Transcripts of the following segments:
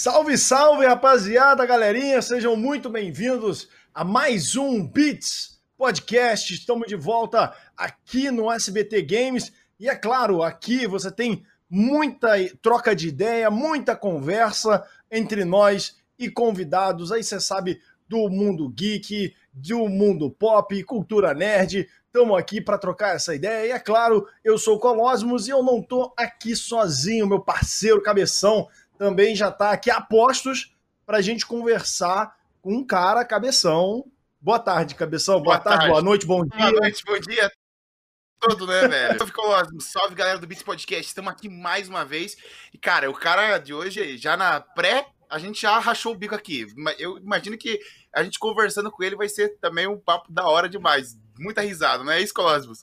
Salve, salve, rapaziada, galerinha, sejam muito bem-vindos a mais um Beats Podcast. Estamos de volta aqui no SBT Games e, é claro, aqui você tem muita troca de ideia, muita conversa entre nós e convidados. Aí você sabe do mundo geek, do mundo pop, cultura nerd. Estamos aqui para trocar essa ideia e, é claro, eu sou o Colosmos e eu não estou aqui sozinho, meu parceiro Cabeção também já está aqui a postos para a gente conversar com um cara, Cabeção. Boa tarde, Cabeção. Boa tarde, boa noite, bom dia. Boa noite, bom dia todo, né, velho? Salve, Colosmo. Salve, galera do Beats Podcast. Estamos aqui mais uma vez. E, cara, o cara de hoje, já na pré, a gente já rachou o bico aqui. Eu imagino que a gente conversando com ele vai ser também um papo da hora demais. Muita risada, não é isso, Colosmos?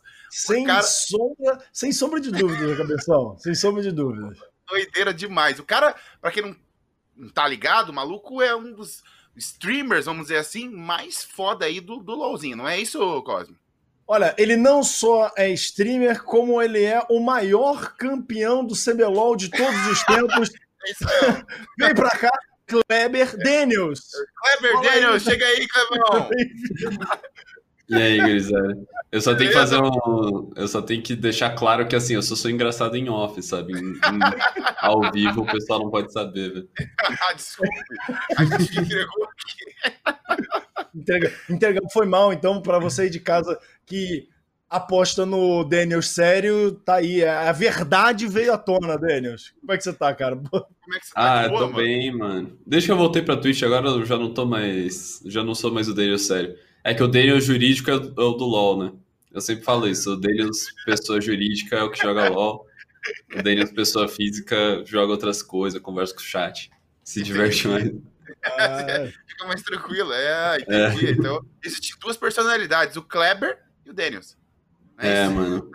Sem sombra de dúvidas, Cabeção. Sem sombra de dúvidas. Doideira demais. O cara, pra quem não tá ligado, o maluco é um dos streamers, vamos dizer assim, mais foda aí do LoLzinho, não é isso, Cosmo? Olha, ele não só é streamer, como ele é o maior campeão do CBLOL de todos os tempos. É isso mesmo. Vem pra cá, Kleber Daniels. Kleber Daniels, chega aí, Clebão. E aí, gurizada? Eu só tenho que fazer Eu só tenho que deixar claro que, assim, eu só sou engraçado em off, sabe? Ao vivo o pessoal não pode saber, velho. Desculpe. A gente entregou aqui. Entregamos, foi mal, então, pra você aí de casa que aposta no Daniels sério, tá aí. A verdade veio à tona, Daniels. Como é que você tá, cara? Como é que você tá? Eu tô bem, mano. Desde que eu voltei pra Twitch, agora eu já não tô mais... Já não sou mais o Daniels sério. É que o Daniels jurídico é o do LoL, né? Eu sempre falo isso. O Daniels pessoa jurídica é o que joga LoL. O Daniels pessoa física joga outras coisas, conversa com o chat. Se diverte mais. Fica mais tranquilo. Entendi. Então, existem duas personalidades, o Kleber e o Daniels. Mano.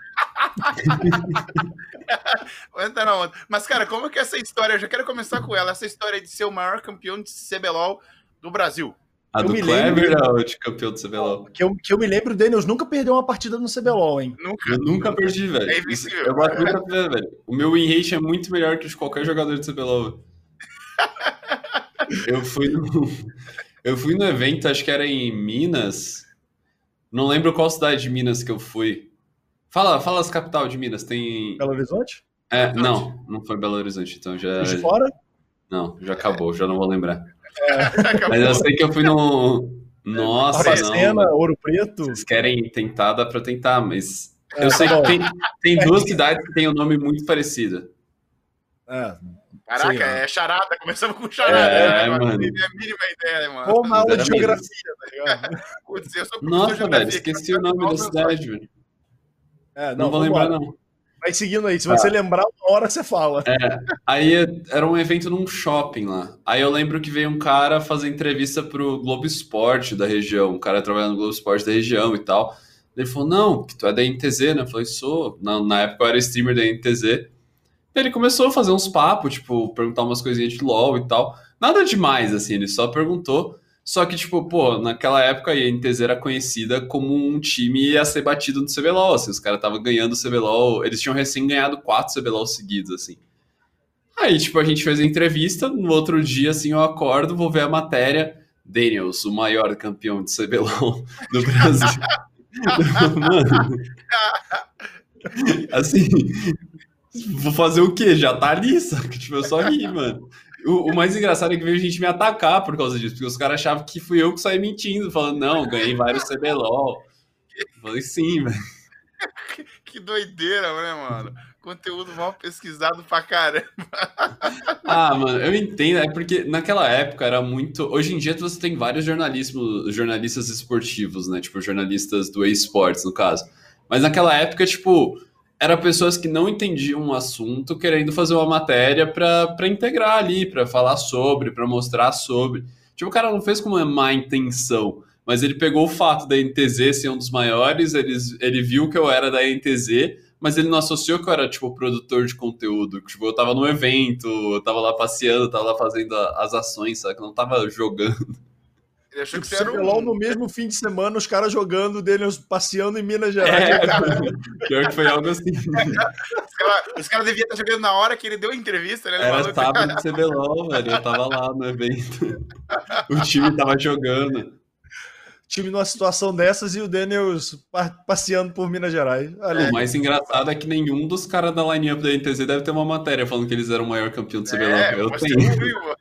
Mas, cara, como que é essa história? Eu já quero começar com ela. Essa história de ser o maior campeão de CBLOL do Brasil. A do Kleber ou de campeão do CBLOL? Que eu me lembro, o Daniels nunca perdeu uma partida no CBLOL, hein? Eu nunca perdi, velho. É invencível. Eu nunca perdi, velho. O meu win rate é muito melhor que o de qualquer jogador de CBLOL. Eu fui no evento, acho que era em Minas. Não lembro qual cidade de Minas que eu fui. Fala as capital de Minas. Tem... Belo Horizonte? Não foi Belo Horizonte, então já... De fora? Não, já acabou, já não vou lembrar. Mas eu sei que eu fui no... Nossa, Barbacena, não. Ouro Preto. Vocês querem tentar, dá pra tentar, mas... Eu sei que tem duas cidades que têm um nome muito parecido. Caraca, é charada. Começamos com charada. Mano. Não tem a mínima ideia, né, mano? Como aula de geografia, tá ligado? Nossa, velho, esqueci o nome da cidade, velho. Não vou lembrar, não. Vai seguindo aí, se você lembrar, uma hora você fala. Aí era um evento num shopping lá. Aí eu lembro que veio um cara fazer entrevista pro Globo Esporte da região. Um cara trabalhando no Globo Esporte da região e tal. Ele falou, não, que tu é da NTZ, né? Eu falei, sou. Na época eu era streamer da NTZ. Ele começou a fazer uns papos, tipo, perguntar umas coisinhas de LoL e tal. Nada demais, assim, ele só perguntou. Só que, tipo, naquela época a NTZ era conhecida como um time a ser batido no CBLOL, assim, os caras estavam ganhando o CBLOL, eles tinham recém ganhado 4 CBLOL seguidos, assim. Aí, tipo, a gente fez a entrevista, no outro dia, assim, eu acordo, vou ver a matéria, Daniels, o maior campeão de CBLOL do Brasil. Mano, assim, vou fazer o quê? Já tá ali, sabe? Tipo, eu só ri, mano. O mais engraçado é que veio gente me atacar por causa disso, porque os caras achavam que fui eu que saí mentindo, falando, não, ganhei vários CBLOL. Eu falei, sim, velho. Que doideira, né, mano? Conteúdo mal pesquisado pra caramba. Mano, eu entendo, é porque naquela época era muito... Hoje em dia você tem vários jornalistas esportivos, né? Tipo, jornalistas do eSports, no caso. Mas naquela época, tipo... Era pessoas que não entendiam um assunto querendo fazer uma matéria pra integrar ali, pra falar sobre, pra mostrar sobre. Tipo, o cara não fez com uma má intenção, mas ele pegou o fato da NTZ ser um dos maiores, ele viu que eu era da NTZ, mas ele não associou que eu era, tipo, produtor de conteúdo. Tipo, eu tava num evento, eu tava lá passeando, eu tava lá fazendo as ações, sabe? Que eu não tava jogando. Ele achou que O você era CBLOL um... no mesmo fim de semana, os caras jogando, o Daniels passeando em Minas Gerais. Pior que foi algo assim. Os caras deviam estar jogando na hora que ele deu a entrevista, né? Era sábado de CBLOL, velho. Eu tava lá no evento. O time tava jogando. Time numa situação dessas e o Daniels passeando por Minas Gerais. O mais engraçado é que nenhum dos caras da line-up da NTZ deve ter uma matéria falando que eles eram o maior campeão do CBLOL. Eu tenho.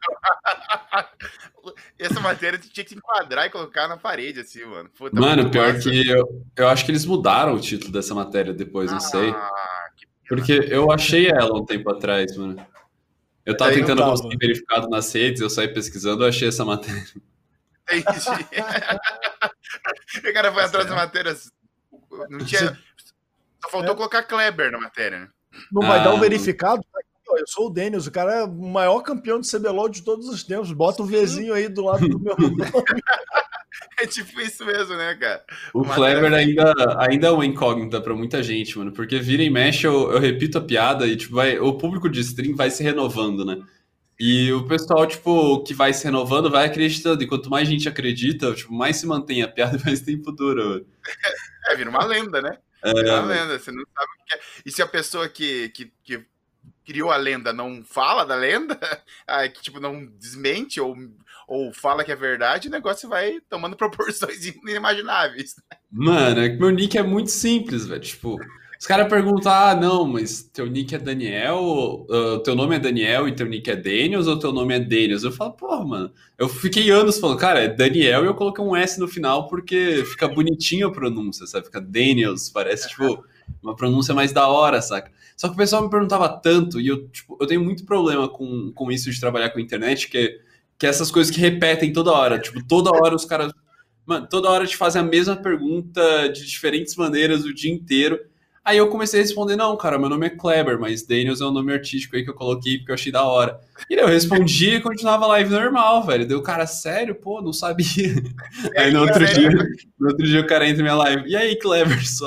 Essa matéria tinha que enquadrar e colocar na parede, assim, mano. Puta, mano, pior massa. Que eu acho que eles mudaram o título dessa matéria depois, não sei. Porque eu achei ela um tempo atrás, mano. Eu tava tentando conseguir verificado nas redes, eu saí pesquisando, eu achei essa matéria. Entendi. O cara foi atrás das matérias. Não tinha. Só faltou colocar Kleber na matéria, né? Não vai dar um verificado? Eu sou o Daniels, o cara é o maior campeão de CBLOL de todos os tempos. Bota o Vzinho aí do lado do meu nome. É tipo isso mesmo, né, cara? O Kleber ainda é uma incógnita pra muita gente, mano. Porque vira e mexe, eu repito a piada e tipo, o público de stream vai se renovando, né? E o pessoal, tipo, que vai se renovando vai acreditando. E quanto mais gente acredita, tipo, mais se mantém a piada e mais tempo dura, mano. Vira uma lenda, né? Vira uma lenda, você não sabe o que é. E se a pessoa que criou a lenda não fala da lenda, que tipo, não desmente ou fala que é verdade, o negócio vai tomando proporções inimagináveis. Mano, é que meu nick é muito simples, velho. Tipo, os caras perguntam, não, mas teu nick é Daniel, teu nome é Daniel e teu nick é Daniels ou teu nome é Daniels? Eu falo, porra, mano. Eu fiquei anos falando, cara, é Daniel e eu coloquei um S no final porque fica bonitinho a pronúncia, sabe? Fica Daniels, parece, tipo, uma pronúncia mais da hora, saca? Só que o pessoal me perguntava tanto, e eu tenho muito problema com isso de trabalhar com a internet, que essas coisas que repetem toda hora. Tipo, toda hora os caras... Mano, toda hora te fazem a mesma pergunta de diferentes maneiras o dia inteiro. Aí eu comecei a responder, não, cara, meu nome é Kleber, mas Daniels é um nome artístico aí que eu coloquei porque eu achei da hora. E daí eu respondia e continuava a live normal, velho. Deu, cara, sério? Pô, não sabia. Aí no outro dia o cara entra na minha live. E aí, Kleber, só...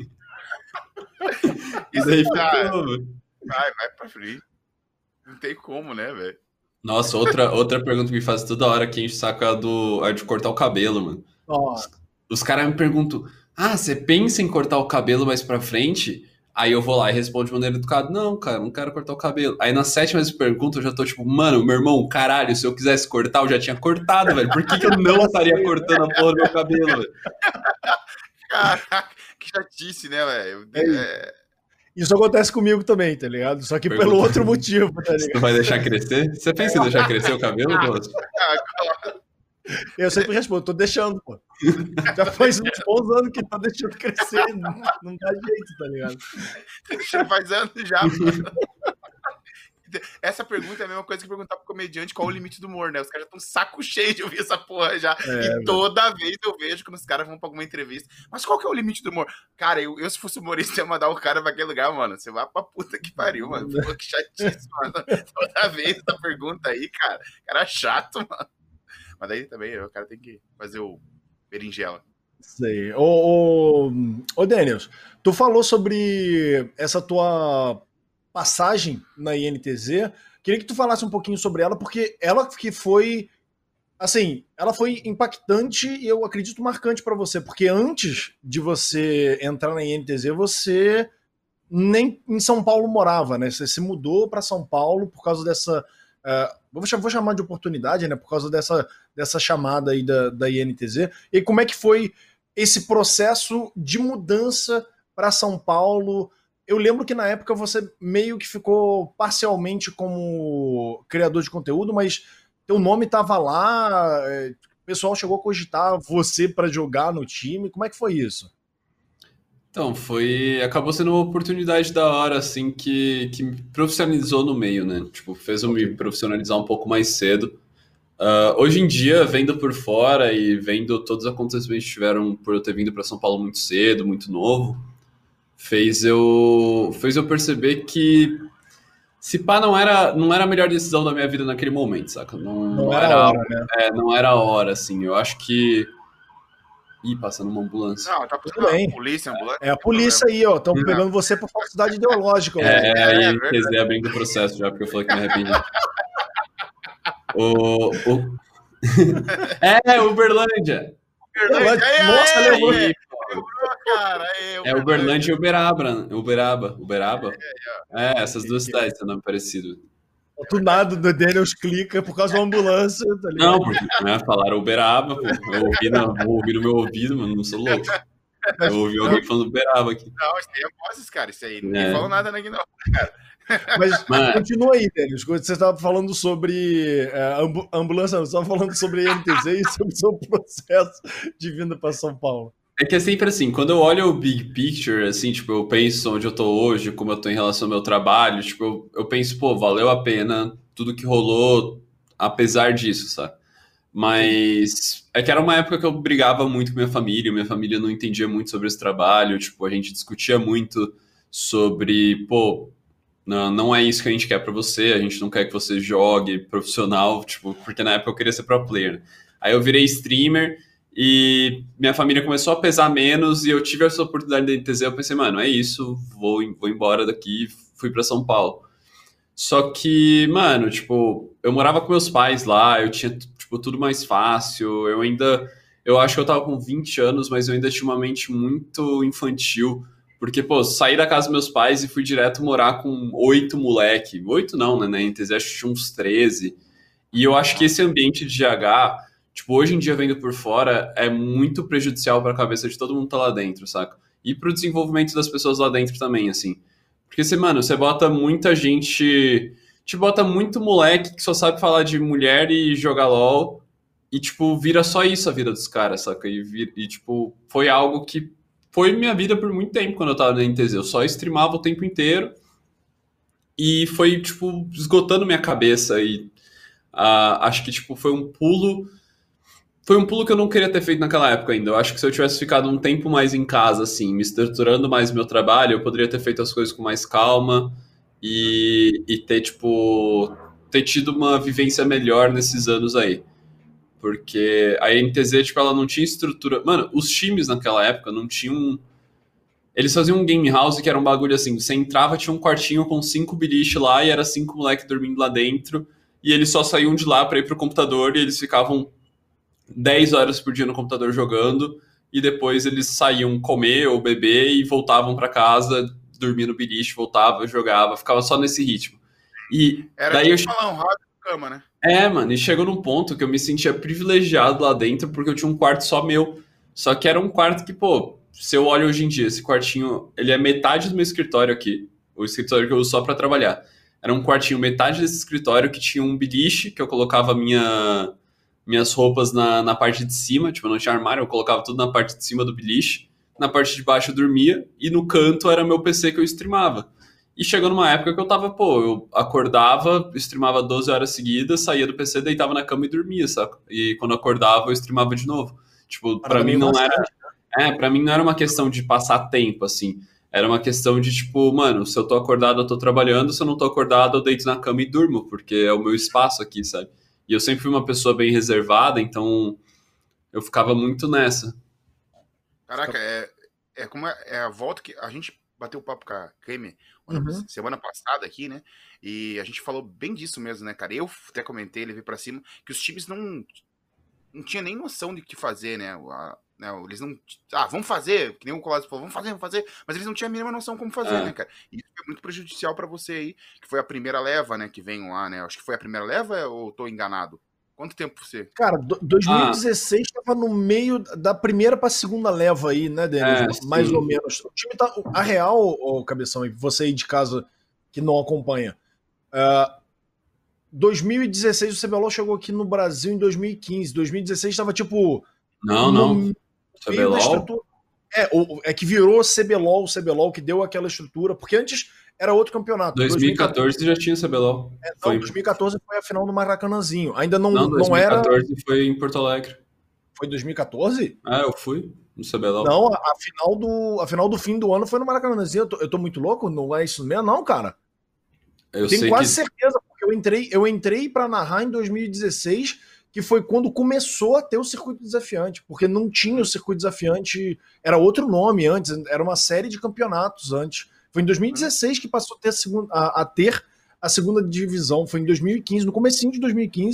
E daí ficou, vai pra frente. Não tem como, né, velho? Nossa, outra pergunta que me faz toda hora que enche o saco é de cortar o cabelo, mano. Os caras me perguntam, você pensa em cortar o cabelo mais pra frente? Aí eu vou lá e respondo de maneira educada, não, cara, não quero cortar o cabelo. Aí na 7ª pergunta eu já tô tipo, mano, meu irmão, caralho, se eu quisesse cortar, eu já tinha cortado, velho. Por que eu não estaria cortando a porra do meu cabelo, velho? Caraca, que chatice, né, velho? Isso acontece comigo também, tá ligado? Só que pelo outro motivo, tá ligado? Tu vai deixar crescer? Você pensa em deixar crescer o cabelo, Douglas? Eu sempre respondo, tô deixando, pô. Já faz uns bons anos que tá deixando crescer, não dá jeito, tá ligado? Faz anos já, mano. Essa pergunta é a mesma coisa que perguntar pro comediante qual o limite do humor, né? Os caras já estão saco cheio de ouvir essa porra já. E toda vez eu vejo quando os caras vão pra alguma entrevista. Mas qual que é o limite do humor? Cara, eu se fosse humorista, ia mandar o cara pra aquele lugar, mano. Você vai pra puta que pariu, mano. Pô, que chatice, mano. Toda vez essa pergunta aí, cara. Cara chato, mano. Mas daí também o cara tem que fazer o berinjela. Sei. Ô, Daniels, tu falou sobre essa tua passagem na INTZ, queria que tu falasse um pouquinho sobre ela, porque ela que foi, assim, ela foi impactante e eu acredito marcante para você, porque antes de você entrar na INTZ, você nem em São Paulo morava, né? Você se mudou para São Paulo por causa dessa, vou chamar de oportunidade, né? Por causa dessa chamada aí da INTZ. E como é que foi esse processo de mudança para São Paulo? Eu lembro que na época você meio que ficou parcialmente como criador de conteúdo, mas teu nome estava lá, o pessoal chegou a cogitar você para jogar no time. Como é que foi isso? Então, acabou sendo uma oportunidade da hora, assim, que me profissionalizou no meio, né? Tipo, fez eu me profissionalizar um pouco mais cedo. Hoje em dia, vendo por fora e vendo todos os acontecimentos que tiveram por eu ter vindo para São Paulo muito cedo, muito novo, fez eu perceber que se pá não era a melhor decisão da minha vida naquele momento, saca? Não era a hora, né? Não era a hora, assim. Eu acho que... Ih, passando uma ambulância. Não, tá tudo bem. Polícia, ambulância. É a polícia aí, ó. Estão pegando você por falsidade ideológica. Aí quer dizer, abrindo o processo já, porque eu falei que me arrependi. Uberlândia. Nossa, lembrou. Cara, Uberlândia e Uberaba. Essas duas cidades têm nome parecido. Do nada, o Daniels clica por causa da ambulância, tá ligado? Não, porque falaram Uberaba, pô. Eu ouvi no meu ouvido, mano, não sou louco. Eu ouvi alguém falando Uberaba aqui. Não, isso aí é vozes, cara, isso aí. Ninguém falou nada aqui, não, cara. Mas continua aí, Daniels. Você estava falando sobre ambulância, você estava falando sobre NTZ e sobre o seu processo de vinda para São Paulo. É que é sempre assim, quando eu olho o big picture, assim, tipo, eu penso onde eu tô hoje, como eu tô em relação ao meu trabalho, tipo, eu penso, pô, valeu a pena tudo que rolou, apesar disso, sabe? Mas é que era uma época que eu brigava muito com minha família não entendia muito sobre esse trabalho, tipo, a gente discutia muito sobre, pô, não é isso que a gente quer pra você, a gente não quer que você jogue profissional, tipo, porque na época eu queria ser pro player, né? Aí eu virei streamer e minha família começou a pesar menos e eu tive essa oportunidade da NTZ, eu pensei, mano, é isso, vou embora daqui, fui pra São Paulo. Só que, mano, tipo, eu morava com meus pais lá, eu tinha, tipo, tudo mais fácil, eu acho que eu tava com 20 anos, mas eu ainda tinha uma mente muito infantil, porque, pô, saí da casa dos meus pais e fui direto morar com 8 moleque, 8 não, né, na NTZ acho que tinha uns 13, e eu acho que esse ambiente de GH, tipo, hoje em dia vendo por fora, é muito prejudicial para a cabeça de todo mundo que tá lá dentro, saca? E pro desenvolvimento das pessoas lá dentro também, assim. Porque, você bota muita gente... Te bota muito moleque que só sabe falar de mulher e jogar LOL e, tipo, vira só isso a vida dos caras, saca? E tipo, foi algo que foi minha vida por muito tempo quando eu tava na NTZ. Eu só streamava o tempo inteiro e foi, tipo, esgotando minha cabeça e acho que, tipo, foi um pulo que eu não queria ter feito naquela época ainda. Eu acho que se eu tivesse ficado um tempo mais em casa, assim, me estruturando mais meu trabalho, eu poderia ter feito as coisas com mais calma e ter, tipo, ter tido uma vivência melhor nesses anos aí. Porque a NTZ, tipo, ela não tinha estrutura... Mano, os times naquela época não tinham... Eles faziam um game house que era um bagulho assim, você entrava, tinha um quartinho com 5 beliche lá e era 5 moleques dormindo lá dentro e eles só saíam de lá pra ir pro computador e eles ficavam 10 horas por dia no computador jogando e depois eles saíam comer ou beber e voltavam pra casa, dormia no beliche, voltava, jogava, ficava só nesse ritmo. E era daí tipo falar um rádio na cama, né? Mano, e chegou num ponto que eu me sentia privilegiado lá dentro porque eu tinha um quarto só meu. Só que era um quarto que, pô, se eu olho hoje em dia, esse quartinho, ele é metade do meu escritório aqui, o escritório que eu uso só pra trabalhar. Era um quartinho, metade desse escritório que tinha um beliche, que eu colocava minhas roupas na parte de cima, tipo, eu não tinha armário, eu colocava tudo na parte de cima do beliche, na parte de baixo eu dormia, e no canto era meu PC que eu streamava. E chegou numa época que eu tava, pô, eu acordava, streamava 12 horas seguidas, saía do PC, deitava na cama e dormia, saca? E quando eu acordava, eu streamava de novo. Tipo, pra mim não era... pra mim não era uma questão de passar tempo, assim. Era uma questão de, tipo, mano, se eu tô acordado, eu tô trabalhando, se eu não tô acordado, eu deito na cama e durmo, porque é o meu espaço aqui, sabe? E eu sempre fui uma pessoa bem reservada, então eu ficava muito nessa. Caraca, é a volta que a gente bateu o papo com a Kemi semana passada aqui, né? E a gente falou bem disso mesmo, né, cara? Eu até comentei, levei pra cima, que os times não tinha nem noção de o que fazer, né? Eles não... vamos fazer, que nem o Colossus falou, vamos fazer, mas eles não tinham a mínima noção como fazer, né, cara? E isso foi muito prejudicial pra você aí, que foi a primeira leva, né, que vem lá, né? Acho que foi a primeira leva ou tô enganado? Quanto tempo você? Cara, 2016 estava no meio da primeira para a segunda leva aí, né, Denis? Mais ou menos. O time tá... A real, Cabeção, e você aí de casa que não acompanha, 2016 o CBLOL chegou aqui no Brasil em 2015. 2016 estava tipo... Não. CBLOL? É que virou CBLOL, o CBLOL que deu aquela estrutura, porque antes era outro campeonato. 2014 já tinha CBLOL. 2014 foi a final do Maracanãzinho. Ainda não 2014 foi em Porto Alegre. Foi 2014? Eu fui no CBLOL. Não, a final do fim do ano foi no Maracanãzinho. Eu tô muito louco? Não é isso mesmo, não, cara? Tenho quase certeza, porque eu entrei pra narrar em 2016, que foi quando começou a ter o circuito desafiante, porque não tinha o circuito desafiante, era outro nome antes, era uma série de campeonatos antes. Foi em 2016 que passou a ter a segunda divisão, foi em 2015, no comecinho de 2015,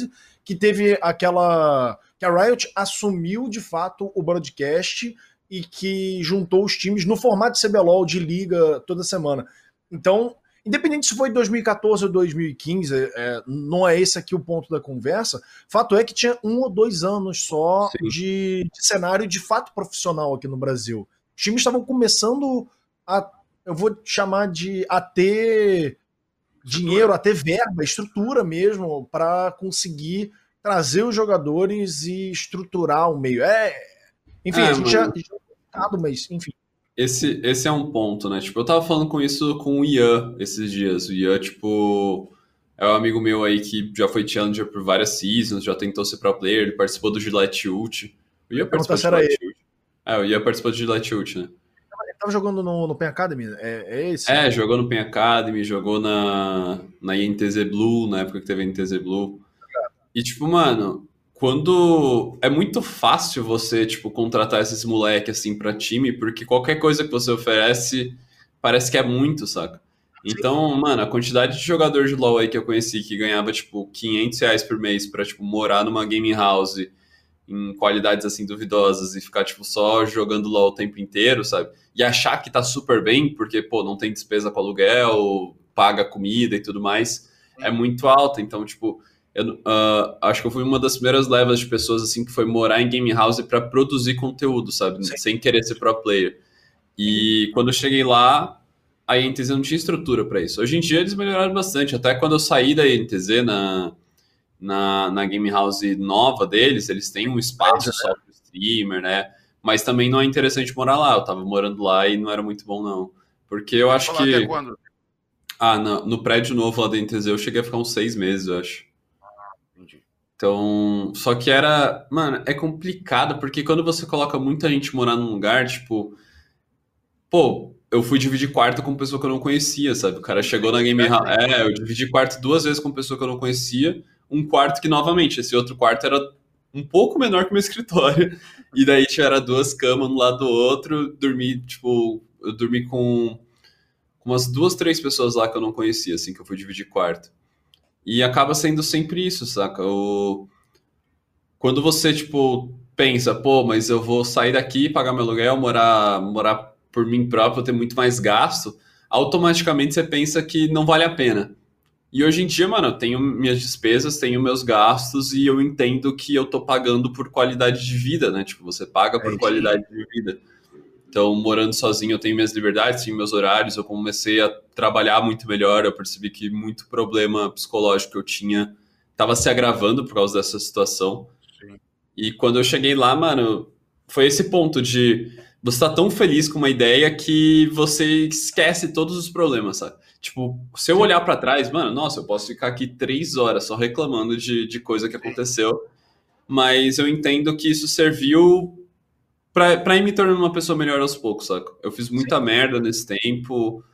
que teve aquela... que a Riot assumiu, de fato, o broadcast e que juntou os times no formato de CBLOL, de liga, toda semana. Então, independente se foi 2014 ou 2015, não é esse aqui o ponto da conversa, fato é que tinha 1 ou 2 anos só de cenário de fato profissional aqui no Brasil. Os times estavam começando a, eu vou chamar de, a ter dinheiro, a ter verba, estrutura mesmo, para conseguir trazer os jogadores e estruturar o meio. Enfim, a gente já mas enfim. Esse é um ponto, né? Tipo, eu tava falando com isso com o Ian esses dias. O Ian, tipo, é um amigo meu aí que já foi challenger por várias seasons, já tentou ser pro player, ele participou do Gillette Ult. O Ian participou do Gillette Ult. O Ian participou do Gillette Ult, né? Ele tava jogando no Pen Academy? É esse? Jogou no Pen Academy, jogou na INTZ Blue, na época que teve a INTZ Blue. E, tipo, mano, quando... É muito fácil você, tipo, contratar esses moleques, assim, pra time, porque qualquer coisa que você oferece parece que é muito, saca? Então, mano, a quantidade de jogador de LoL aí que eu conheci que ganhava, tipo, R$500 por mês pra, tipo, morar numa gaming house em qualidades, assim, duvidosas e ficar, tipo, só jogando LoL o tempo inteiro, sabe? E achar que tá super bem, porque, pô, não tem despesa com aluguel, paga comida e tudo mais, é muito alta. Então, tipo, eu acho que eu fui uma das primeiras levas de pessoas, assim, que foi morar em game house pra produzir conteúdo, sabe? Sim. Sem querer ser pro player. E quando eu cheguei lá, a INTZ não tinha estrutura pra isso. Hoje em dia eles melhoraram bastante. Até quando eu saí da INTZ na game house nova deles, eles têm um espaço só pro streamer, né? Mas também não é interessante morar lá. Eu tava morando lá e não era muito bom, não. Porque eu acho que... Até quando? No prédio novo lá da INTZ eu cheguei a ficar uns 6 meses, eu acho. Entendi. Então, só que era... Mano, é complicado, porque quando você coloca muita gente morar num lugar, tipo... Pô, eu fui dividir quarto com pessoa que eu não conhecia, sabe? O cara chegou na game house... eu dividi quarto 2 vezes com pessoa que eu não conhecia. Um quarto que, novamente, esse outro quarto era um pouco menor que o meu escritório. E daí tinha 2 camas um lado do outro. Eu dormi com umas 2, 3 pessoas lá que eu não conhecia, assim, que eu fui dividir quarto. E acaba sendo sempre isso, saca? Quando você, tipo, pensa, pô, mas eu vou sair daqui, pagar meu aluguel, morar por mim próprio, ter muito mais gasto, automaticamente você pensa que não vale a pena. E hoje em dia, mano, eu tenho minhas despesas, tenho meus gastos e eu entendo que eu tô pagando por qualidade de vida, né? Tipo, você paga por qualidade de vida. Então, morando sozinho, eu tenho minhas liberdades, tenho meus horários, eu comecei a trabalhar muito melhor, eu percebi que muito problema psicológico que eu tinha estava se agravando por causa dessa situação. Sim. E quando eu cheguei lá, mano, foi esse ponto de você tá tão feliz com uma ideia que você esquece todos os problemas, sabe? Tipo, se eu olhar pra trás, mano, nossa, eu posso ficar aqui 3 horas só reclamando de coisa que aconteceu, mas eu entendo que isso serviu pra ir me tornando uma pessoa melhor aos poucos, saca? Eu fiz muita merda nesse tempo,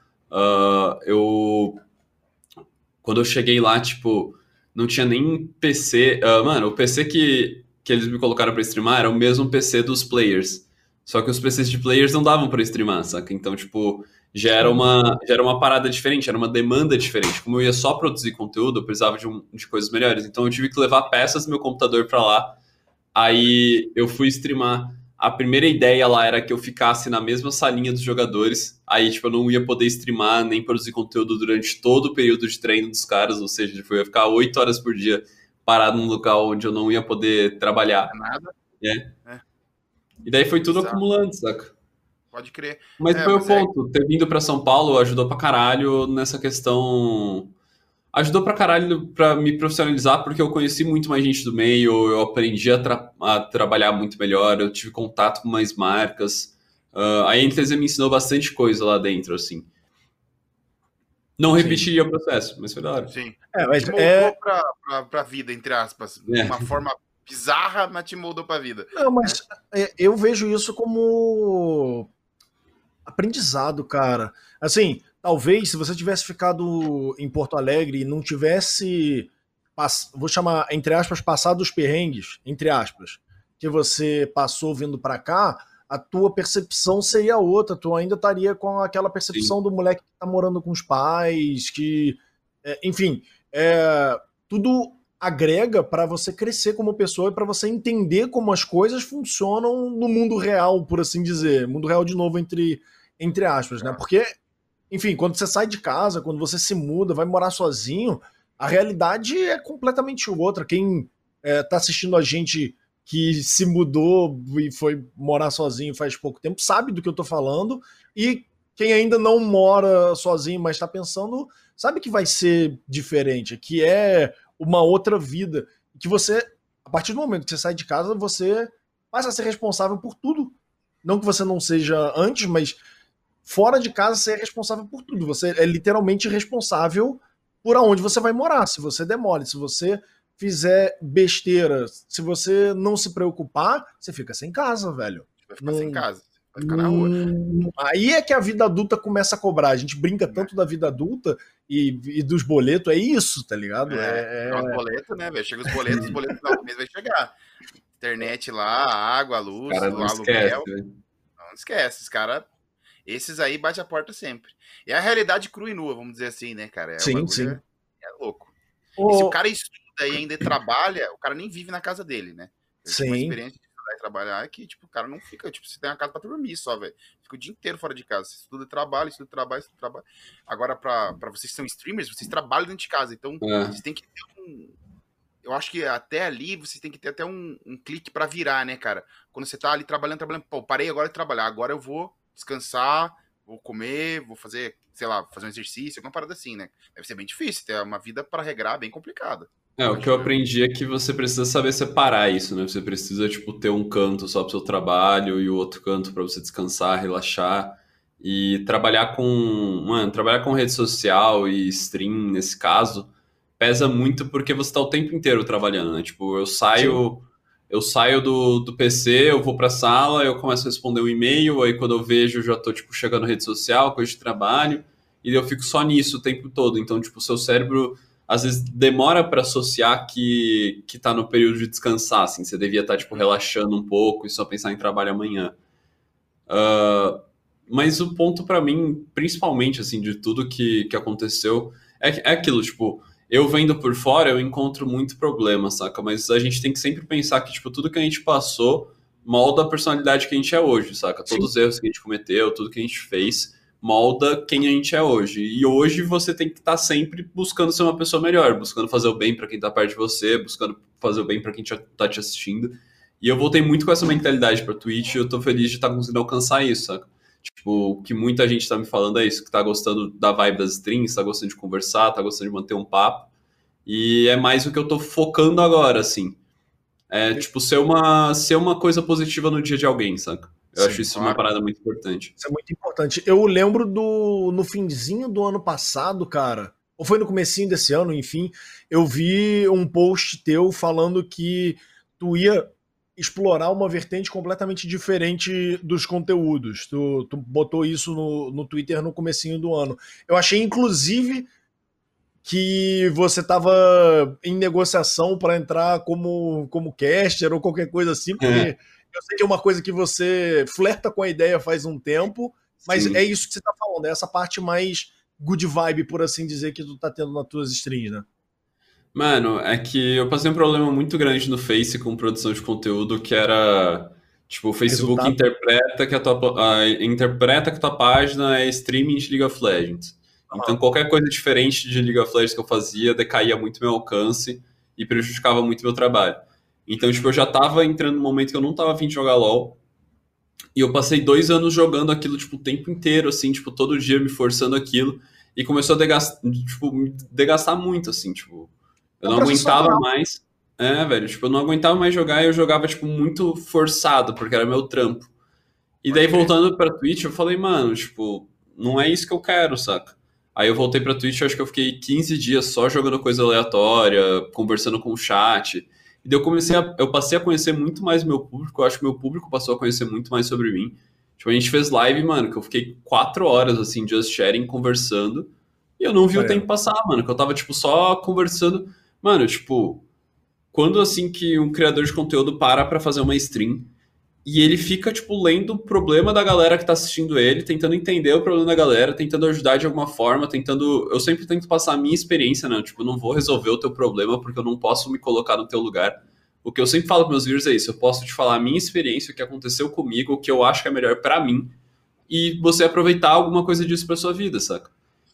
quando eu cheguei lá, tipo, não tinha nem PC, mano, o PC que eles me colocaram pra streamar era o mesmo PC dos players, só que os PCs de players não davam pra streamar, saca? Então, tipo, já era uma parada diferente, era uma demanda diferente. Como eu ia só produzir conteúdo, eu precisava de coisas melhores. Então eu tive que levar peças do meu computador pra lá. Aí eu fui streamar. A primeira ideia lá era que eu ficasse na mesma salinha dos jogadores. Aí, tipo, eu não ia poder streamar nem produzir conteúdo durante todo o período de treino dos caras. Ou seja, tipo, eu ia ficar 8 horas por dia parado num local onde eu não ia poder trabalhar. Nada. E daí foi tudo acumulando, saca? Pode crer. Mas foi o ponto. Ter vindo pra São Paulo ajudou pra caralho nessa questão. Ajudou pra caralho pra me profissionalizar, porque eu conheci muito mais gente do meio, eu aprendi a trabalhar muito melhor, eu tive contato com mais marcas. A INTZ me ensinou bastante coisa lá dentro, assim. Não repetiria o processo, mas foi da hora. Sim. Mas te moldou pra vida, entre aspas. De uma forma bizarra, mas te moldou pra vida. Não, mas eu vejo isso como aprendizado, cara. Assim, talvez se você tivesse ficado em Porto Alegre e não tivesse, vou chamar, entre aspas, passado os perrengues, entre aspas, que você passou vindo pra cá, a tua percepção seria outra. Tu ainda estaria com aquela percepção do moleque que tá morando com os pais, que, enfim, tudo agrega para você crescer como pessoa e para você entender como as coisas funcionam no mundo real, por assim dizer. Mundo real, de novo, entre aspas, né? Porque, enfim, quando você sai de casa, quando você se muda, vai morar sozinho, a realidade é completamente outra. Quem tá assistindo a gente que se mudou e foi morar sozinho faz pouco tempo sabe do que eu tô falando, e quem ainda não mora sozinho, mas tá pensando, sabe que vai ser diferente, que é uma outra vida, que você, a partir do momento que você sai de casa, você passa a ser responsável por tudo. Não que você não seja antes, mas fora de casa você é responsável por tudo. Você é literalmente responsável por aonde você vai morar. Se você demole, se você fizer besteira, se você não se preocupar, você fica sem casa, velho. Vai ficar sem casa, vai ficar na rua. Aí é que a vida adulta começa a cobrar. A gente brinca tanto da vida adulta e dos boletos, é isso, tá ligado? Os boletos, né, velho? Chega os boletos no final do mês vai chegar. Internet lá, água, luz, Cara, não aluguel. esquece, Não esquece, esses aí bate a porta sempre. É a realidade crua e nua, vamos dizer assim, né, cara? Sim. É louco. E se o cara estuda e ainda trabalha, o cara nem vive na casa dele, né? Eu tive uma experiência de estudar e trabalhar que, tipo, o cara não fica, tipo, você tem uma casa pra dormir só, velho. Fica o dia inteiro fora de casa. Você estuda, trabalha. Agora, pra vocês que são streamers, vocês trabalham dentro de casa. Então, vocês têm que ter eu acho que até ali vocês têm que ter até um clique pra virar, né, cara? Quando você tá ali trabalhando, pô, parei agora de trabalhar, agora eu vou descansar, vou comer, vou fazer, sei lá, fazer um exercício, alguma parada assim, né? Deve ser bem difícil, ter uma vida para regrar bem complicada. O que eu aprendi é que você precisa saber separar isso, né? Você precisa, tipo, ter um canto só pro seu trabalho e o outro canto para você descansar, relaxar. E trabalhar com rede social e stream, nesse caso, pesa muito porque você tá o tempo inteiro trabalhando, né? Tipo, eu saio do PC, eu vou pra sala, eu começo a responder um e-mail, aí quando eu vejo, eu já tô, tipo, chegando na rede social, coisa de trabalho, e eu fico só nisso o tempo todo. Então, tipo, o seu cérebro às vezes demora para associar que tá no período de descansar, assim, você devia estar, tipo, relaxando um pouco e só pensar em trabalho amanhã. Mas o ponto para mim, principalmente, assim, de tudo que aconteceu, é aquilo, tipo, eu vendo por fora, eu encontro muito problema, saca? Mas a gente tem que sempre pensar que, tipo, tudo que a gente passou molda a personalidade que a gente é hoje, saca? Sim. Todos os erros que a gente cometeu, tudo que a gente fez molda quem a gente é hoje. E hoje você tem que estar sempre buscando ser uma pessoa melhor, buscando fazer o bem para quem tá perto de você, buscando fazer o bem para quem tá te assistindo. E eu voltei muito com essa mentalidade pra Twitch e eu tô feliz de estar conseguindo alcançar isso, saca? Tipo, o que muita gente tá me falando é isso, que tá gostando da vibe das streams, tá gostando de conversar, tá gostando de manter um papo. E é mais o que eu tô focando agora, assim. É, tipo, ser uma coisa positiva no dia de alguém, saca? Eu acho isso uma parada muito importante. Isso é muito importante. Eu lembro no finzinho do ano passado, cara, ou foi no comecinho desse ano, enfim, eu vi um post teu falando que tu ia explorar uma vertente completamente diferente dos conteúdos. Tu botou isso no Twitter no comecinho do ano. Eu achei, inclusive, que você estava em negociação para entrar como caster ou qualquer coisa assim, porque eu sei que é uma coisa que você flerta com a ideia faz um tempo, mas é isso que você tá falando, é essa parte mais good vibe, por assim dizer, que tu tá tendo nas tuas streams, né? Mano, é que eu passei um problema muito grande no Face com produção de conteúdo, que era, tipo, o Facebook interpreta que a tua página é streaming de League of Legends. Então, qualquer coisa diferente de League of Legends que eu fazia decaía muito meu alcance e prejudicava muito meu trabalho. Então, tipo, eu já tava entrando num momento que eu não tava afim de jogar LoL. E eu passei 2 anos jogando aquilo, tipo, o tempo inteiro, assim, tipo, todo dia me forçando aquilo. E começou a degastar muito, assim, tipo... Eu não aguentava mais. Velho, tipo, eu não aguentava mais jogar e eu jogava, tipo, muito forçado, porque era meu trampo. E daí, voltando pra Twitch, eu falei, mano, tipo, não é isso que eu quero, saca? Aí eu voltei pra Twitch, acho que eu fiquei 15 dias só jogando coisa aleatória, conversando com o chat. E daí eu passei a conhecer muito mais meu público, eu acho que meu público passou a conhecer muito mais sobre mim. Tipo, a gente fez live, mano, que eu fiquei 4 horas, assim, just sharing, conversando. E eu não vi o tempo passar, mano, que eu tava, tipo, só conversando. Mano, tipo, quando, assim, que um criador de conteúdo para pra fazer uma stream e ele fica, tipo, lendo o problema da galera que tá assistindo ele, tentando entender o problema da galera, tentando ajudar de alguma forma, tentando... Eu sempre tento passar a minha experiência, né? Tipo, eu não vou resolver o teu problema porque eu não posso me colocar no teu lugar. O que eu sempre falo para meus viewers é isso, eu posso te falar a minha experiência, o que aconteceu comigo, o que eu acho que é melhor para mim, e você aproveitar alguma coisa disso pra sua vida, saca?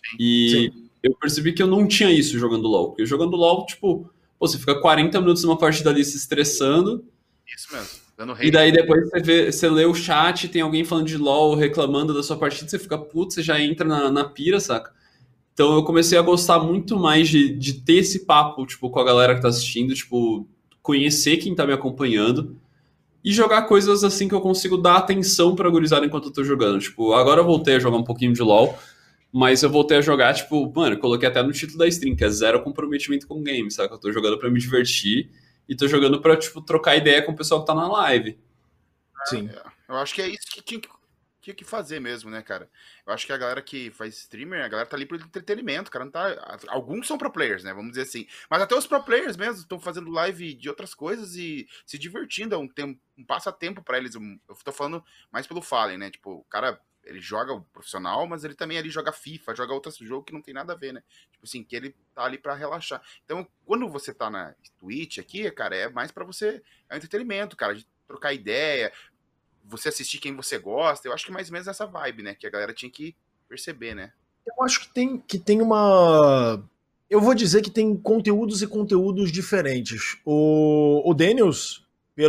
E Sim. eu percebi que eu não tinha isso jogando LoL. Porque jogando LoL, tipo, pô, você fica 40 minutos numa partida ali se estressando, Isso mesmo. Dando e hate. daí depois você lê o chat, tem alguém falando de LoL, reclamando da sua partida, você fica puto, você já entra na pira, saca? Então eu comecei a gostar muito mais de ter esse papo, tipo, com a galera que tá assistindo, tipo, conhecer quem tá me acompanhando e jogar coisas assim que eu consigo dar atenção pra gurizada enquanto eu tô jogando. Tipo, agora eu voltei a jogar um pouquinho de LoL, mas eu voltei a jogar, tipo, mano, coloquei até no título da stream, que é zero comprometimento com o game, saca? Eu tô jogando pra me divertir e tô jogando pra, tipo, trocar ideia com o pessoal que tá na live. Sim. Eu acho que é isso que tinha que fazer mesmo, né, cara? Eu acho que a galera que faz streamer, a galera tá ali pro entretenimento, cara. Não tá... Alguns são pro players, né? Vamos dizer assim. Mas até os pro players mesmo estão fazendo live de outras coisas e se divertindo. É um passatempo pra eles. Eu tô falando mais pelo Fallen, né? Tipo, o cara, ele joga o profissional, mas ele também ali joga FIFA, joga outros jogos que não tem nada a ver, né? Tipo assim, que ele tá ali pra relaxar. Então, quando você tá na Twitch aqui, cara, é mais pra você. É um entretenimento, cara, de trocar ideia, você assistir quem você gosta. Eu acho que mais ou menos essa vibe, né? Que a galera tinha que perceber, né? Eu acho que tem uma. Eu vou dizer que tem conteúdos e conteúdos diferentes. O Daniels,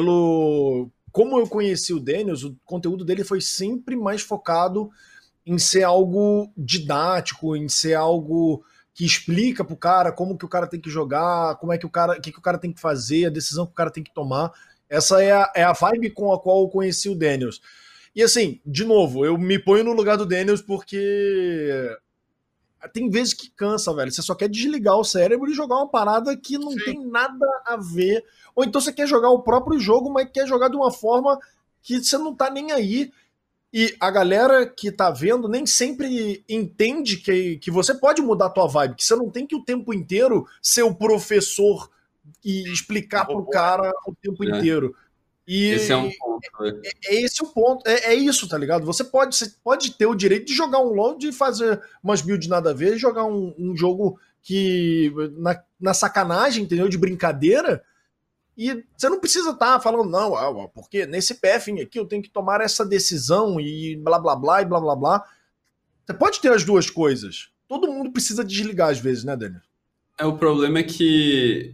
pelo. Como eu conheci o Daniels, o conteúdo dele foi sempre mais focado em ser algo didático, em ser algo que explica pro cara como que o cara tem que jogar, como é que o cara tem que fazer, a decisão que o cara tem que tomar. Essa é a vibe com a qual eu conheci o Daniels. E assim, de novo, eu me ponho no lugar do Daniels porque tem vezes que cansa, velho. Você só quer desligar o cérebro e jogar uma parada que não Sim. tem nada a ver. Ou então você quer jogar o próprio jogo, mas quer jogar de uma forma que você não tá nem aí. E a galera que tá vendo nem sempre entende que você pode mudar a tua vibe, que você não tem que o tempo inteiro ser o professor e Um explicar pro robô, né? cara o tempo Né? inteiro. Esse é um E ponto, né? é esse o ponto. É isso, tá ligado? Você pode ter o direito de jogar um LoL, de fazer umas builds nada a ver, e jogar um jogo que na sacanagem, entendeu? De brincadeira. E você não precisa estar falando, não, porque nesse pathing aqui eu tenho que tomar essa decisão e blá blá blá e blá blá blá. Você pode ter as duas coisas. Todo mundo precisa desligar às vezes, né, Daniel? O problema é que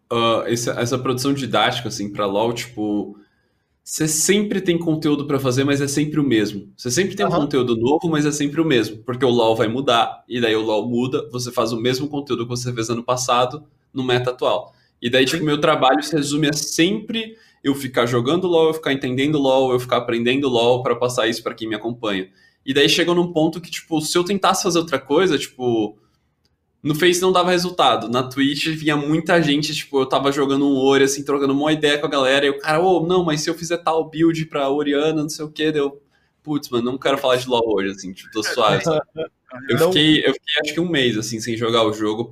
essa produção didática, assim, pra LoL, tipo, você sempre tem conteúdo pra fazer, mas é sempre o mesmo. Você sempre tem um Aham. conteúdo novo, mas é sempre o mesmo, porque o LoL vai mudar, e daí o LoL muda, você faz o mesmo conteúdo que você fez ano passado no meta atual. E daí, tipo, Sim. meu trabalho se resume a sempre eu ficar jogando LoL, eu ficar entendendo LoL, eu ficar aprendendo LoL pra passar isso pra quem me acompanha. E daí chega num ponto que, tipo, se eu tentasse fazer outra coisa, tipo, no Face não dava resultado. Na Twitch vinha muita gente, tipo, eu tava jogando um Ori, assim, trocando uma ideia com a galera, e o cara, não, mas se eu fizer tal build pra Oriana, não sei o que, deu. Putz, mano, não quero falar de LoL hoje, assim, tipo, tô suave, sabe? Eu Não. fiquei, eu fiquei acho que um mês, assim, sem jogar o jogo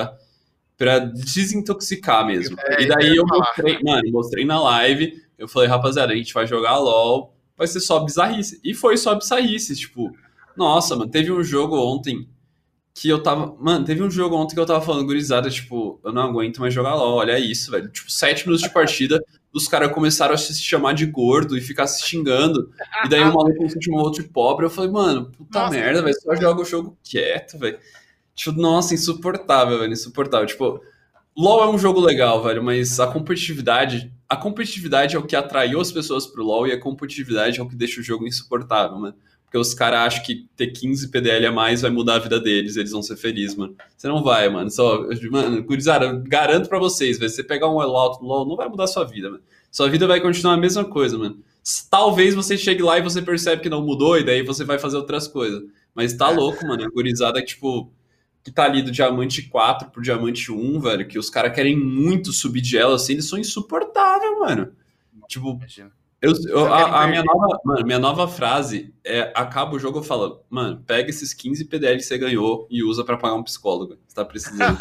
pra desintoxicar mesmo. É E isso que eu daí ia eu falar. mostrei na live, eu falei, rapaziada, a gente vai jogar LoL, vai ser só bizarrice. E foi só bizarrice, tipo, nossa, mano, teve um jogo ontem que eu tava. Mano, teve um jogo ontem que eu tava falando, gurizada, tipo, eu não aguento mais jogar LoL, olha isso, velho. Tipo, 7 minutos de partida, os caras começaram a se chamar de gordo e ficar se xingando. E daí o maluco começou a chamar outro de pobre. Eu falei, mano, puta Nossa, merda, velho, só joga o jogo quieto, velho. Tipo, nossa, insuportável, velho, insuportável. Tipo, LoL é um jogo legal, velho, mas a competitividade é o que atraiu as pessoas pro LoL e a competitividade é o que deixa o jogo insuportável, mano. Porque os caras acham que ter 15 PDL a mais vai mudar a vida deles, eles vão ser felizes, mano. Você não vai, mano. Mano, gurizada, eu garanto pra vocês, velho, você pegar um elo alto no LoL não vai mudar a sua vida, mano. Sua vida vai continuar a mesma coisa, mano. Talvez você chegue lá e você percebe que não mudou, e daí você vai fazer outras coisas. Mas tá é, louco, mano. A gurizada, tipo, que tá ali do diamante 4 pro diamante 1, velho, que os caras querem muito subir de elo, assim, eles são insuportáveis, mano. Tipo, imagina. Só querem a perder. minha nova frase é, acaba o jogo eu falo, mano, pega esses 15 PDL que você ganhou e usa pra pagar um psicólogo, você tá precisando.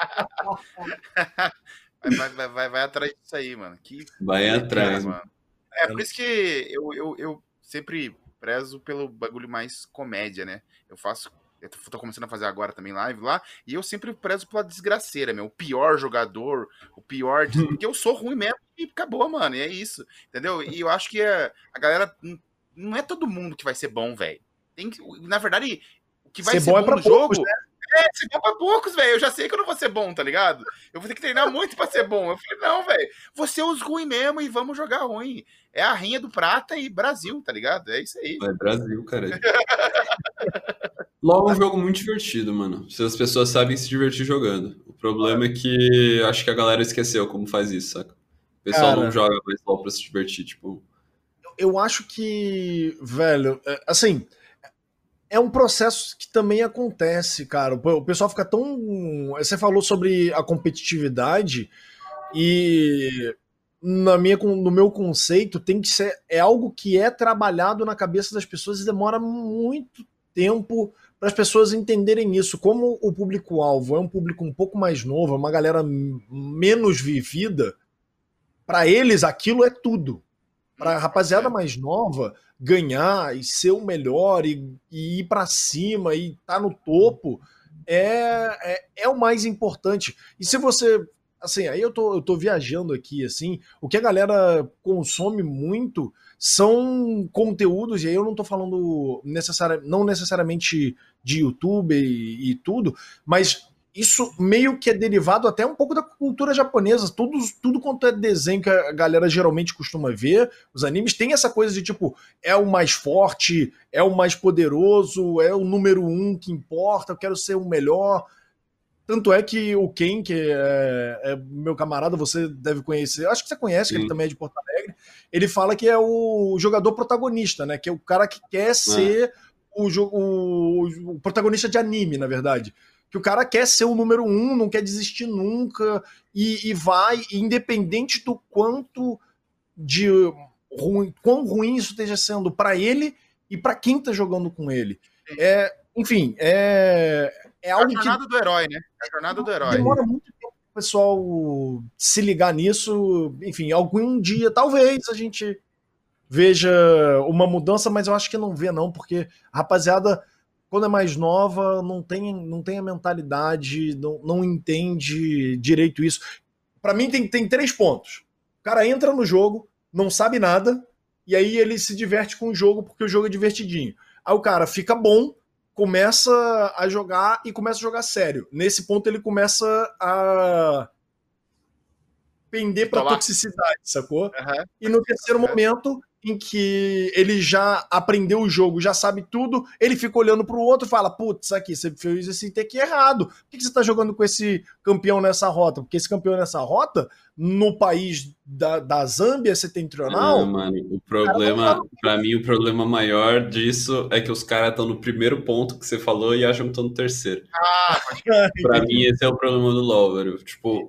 Vai atrás disso aí, mano. Que Vai doideira, atrás, mano. É por isso que eu sempre prezo pelo bagulho mais comédia, né? Eu tô começando a fazer agora também live lá, e eu sempre prezo pela desgraceira, meu. O pior jogador, o pior. Porque eu sou ruim mesmo e acabou, mano. E é isso, entendeu? E eu acho que a galera. Não é todo mundo que vai ser bom, velho. Na verdade, o que vai ser bom no jogo. Ser bom pra poucos, velho. Eu já sei que eu não vou ser bom, tá ligado? Eu vou ter que treinar muito pra ser bom. Eu falei, não, velho. Você é os ruins mesmo e vamos jogar ruim. É a Rainha do Prata e Brasil, tá ligado? É isso aí. É Brasil, cara. LoL é um jogo muito divertido, mano. Se as pessoas sabem se divertir jogando. O problema é que acho que a galera esqueceu como faz isso, saca? O pessoal não joga mais LoL pra se divertir, tipo. Eu acho que, velho, assim, é um processo que também acontece, cara. O pessoal fica tão. Você falou sobre a competitividade e no meu conceito tem que ser algo que é trabalhado na cabeça das pessoas e demora muito tempo para as pessoas entenderem isso. Como o público-alvo é um público um pouco mais novo, é uma galera menos vivida, para eles aquilo é tudo. Para a rapaziada mais nova ganhar e ser o melhor e ir para cima e estar no topo é o mais importante. E se você, assim, aí eu tô viajando aqui, assim, o que a galera consome muito são conteúdos, e aí eu não tô falando não necessariamente de YouTube e tudo, mas isso meio que é derivado até um pouco da cultura japonesa. Tudo quanto é desenho que a galera geralmente costuma ver, os animes, tem essa coisa de tipo, é o mais forte, é o mais poderoso, é o número um que importa, eu quero ser o melhor. Tanto é que o Ken, que é meu camarada, você deve conhecer, acho que você conhece, que ele também é de Porto Alegre, ele fala que é o jogador protagonista, né? Que é o cara que quer ser o protagonista de anime, na verdade. Que o cara quer ser o número um, não quer desistir nunca, e vai, independente do quanto de quão ruim isso esteja sendo para ele e para quem tá jogando com ele. Enfim, é algo que... É a jornada do herói, né? É a jornada do herói. Demora muito tempo o pessoal se ligar nisso. Enfim, algum dia, talvez, a gente veja uma mudança, mas eu acho que não vê não, porque a rapaziada, quando é mais nova, não tem a mentalidade, não entende direito isso. Para mim tem 3 pontos. O cara entra no jogo, não sabe nada, e aí ele se diverte com o jogo porque o jogo é divertidinho. Aí o cara fica bom, começa a jogar e começa a jogar sério. Nesse ponto ele começa a pender para toxicidade, sacou? E no terceiro momento, em que ele já aprendeu o jogo, já sabe tudo, ele fica olhando pro outro e fala, putz, aqui, você fez esse take errado. Por que você tá jogando com esse campeão nessa rota? Porque esse campeão nessa rota, no país da Zâmbia setentrional... Não, mano, o problema, pra mim, o problema maior disso é que os caras estão no primeiro ponto que você falou e acham que estão no terceiro. Pra mim, esse é o problema do LoL, velho. Tipo...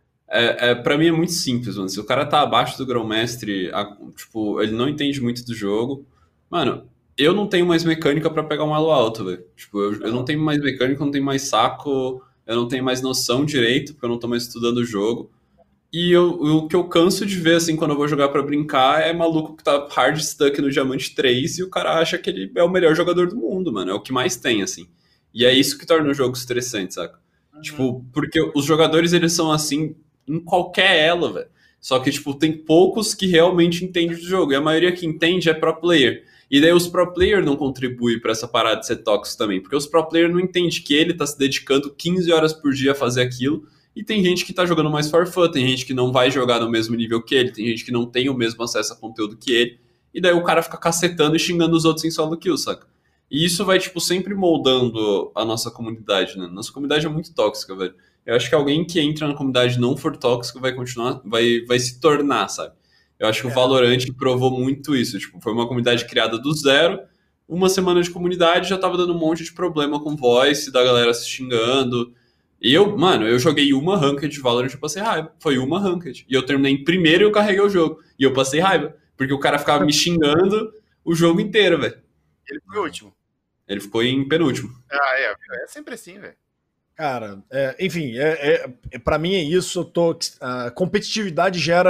pra mim é muito simples, mano. Se o cara tá abaixo do Grão-Mestre, tipo, ele não entende muito do jogo. Mano, eu não tenho mais mecânica pra pegar um elo alto, velho. Tipo, eu não tenho mais mecânica, eu não tenho mais saco, eu não tenho mais noção direito, porque eu não tô mais estudando o jogo. E o que eu canso de ver, assim, quando eu vou jogar pra brincar, é maluco que tá hard stuck no Diamante 3 e o cara acha que ele é o melhor jogador do mundo, mano. É o que mais tem, assim. E é isso que torna o jogo estressante, saca? Tipo, porque os jogadores, eles são assim em qualquer elo, velho. Só que, tipo, tem poucos que realmente entendem do jogo. E a maioria que entende é pro player. E daí os pro player não contribuem pra essa parada de ser tóxico também. Porque os pro player não entendem que ele tá se dedicando 15 horas por dia a fazer aquilo. E tem gente que tá jogando mais for fun. Tem gente que não vai jogar no mesmo nível que ele. Tem gente que não tem o mesmo acesso a conteúdo que ele. E daí o cara fica cacetando e xingando os outros em solo kill, saca? E isso vai, tipo, sempre moldando a nossa comunidade, né? Nossa comunidade é muito tóxica, velho. Eu acho que alguém que entra na comunidade não for tóxico vai continuar, vai se tornar, sabe? Eu acho que o Valorant provou muito isso. Tipo, foi uma comunidade criada do zero, uma semana de comunidade já tava dando um monte de problema com voice, da galera se xingando. E eu joguei uma ranked de Valorant e eu passei raiva. Foi uma ranked. E eu terminei em primeiro e eu carreguei o jogo. E eu passei raiva, porque o cara ficava me xingando o jogo inteiro, velho. Ele foi o último. Ele ficou em penúltimo. É sempre assim, velho. Cara, enfim, pra mim é isso. A competitividade gera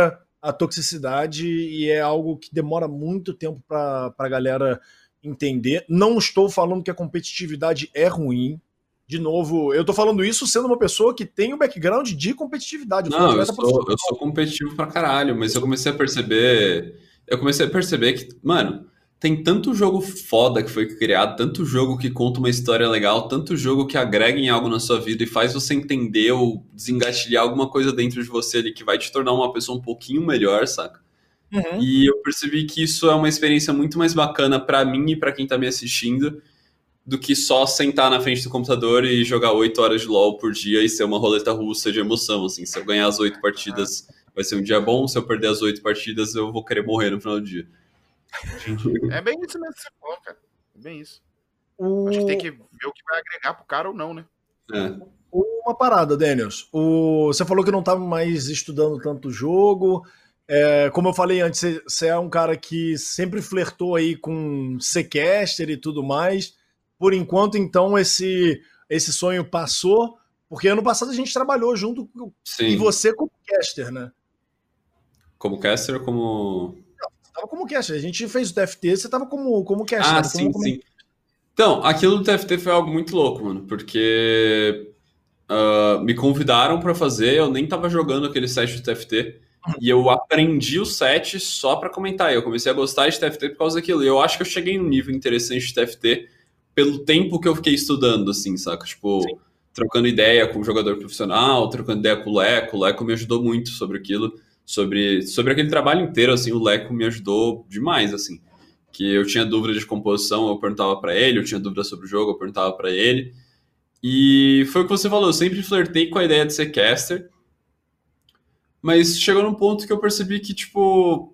a toxicidade e é algo que demora muito tempo para a galera entender. Não estou falando que a competitividade é ruim. De novo, eu tô falando isso sendo uma pessoa que tem um background de competitividade. Não, eu sou competitivo pra caralho, mas eu comecei a perceber. Eu comecei a perceber que, mano, tem tanto jogo foda que foi criado, tanto jogo que conta uma história legal, tanto jogo que agrega em algo na sua vida e faz você entender ou desengatilhar alguma coisa dentro de você ali que vai te tornar uma pessoa um pouquinho melhor, saca? Uhum. E eu percebi que isso é uma experiência muito mais bacana pra mim e pra quem tá me assistindo do que só sentar na frente do computador e jogar 8 horas de LoL por dia e ser uma roleta russa de emoção, assim. Se eu ganhar as 8 partidas, vai ser um dia bom. Se eu perder as 8 partidas, eu vou querer morrer no final do dia. É bem isso mesmo que você falou, cara. É bem isso. Acho que tem que ver o que vai agregar pro cara ou não, né? É. Uma parada, Daniels. Você falou que não estava mais estudando tanto o jogo. Como eu falei antes, você é um cara que sempre flertou aí com sequester e tudo mais. Por enquanto, então, esse sonho passou, porque ano passado a gente trabalhou junto Sim. e você como caster, né? Como caster ou como... Você tava como caster. A gente fez o TFT, você tava como caster. Ah, sim, sim. Então, aquilo do TFT foi algo muito louco, mano, porque me convidaram pra fazer, eu nem tava jogando aquele set do TFT, e eu aprendi o set só pra comentar. Eu comecei a gostar de TFT por causa daquilo. E eu acho que eu cheguei num nível interessante de TFT pelo tempo que eu fiquei estudando, assim, saca? Tipo, sim, trocando ideia com um jogador profissional, trocando ideia com o Leco. O Leco me ajudou muito sobre aquilo, sobre aquele trabalho inteiro, assim, o Leco me ajudou demais, assim. Que eu tinha dúvida de composição, eu perguntava pra ele, eu tinha dúvida sobre o jogo, eu perguntava pra ele. E foi o que você falou, eu sempre flertei com a ideia de ser caster, mas chegou num ponto que eu percebi que, tipo,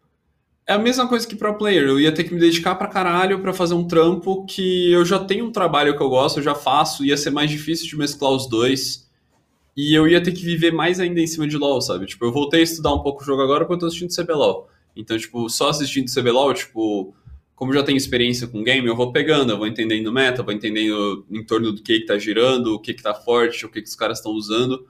é a mesma coisa que pro player. Eu ia ter que me dedicar pra caralho pra fazer um trampo que eu já tenho um trabalho que eu gosto, eu já faço, ia ser mais difícil de mesclar os dois. E eu ia ter que viver mais ainda em cima de LoL, sabe? Tipo, eu voltei a estudar um pouco o jogo agora porque eu tô assistindo CBLOL. Então, tipo, só assistindo CBLOL, tipo, como eu já tenho experiência com game, eu vou pegando, eu vou entendendo meta, vou entendendo em torno do que tá girando, o que tá forte, o que os caras estão usando.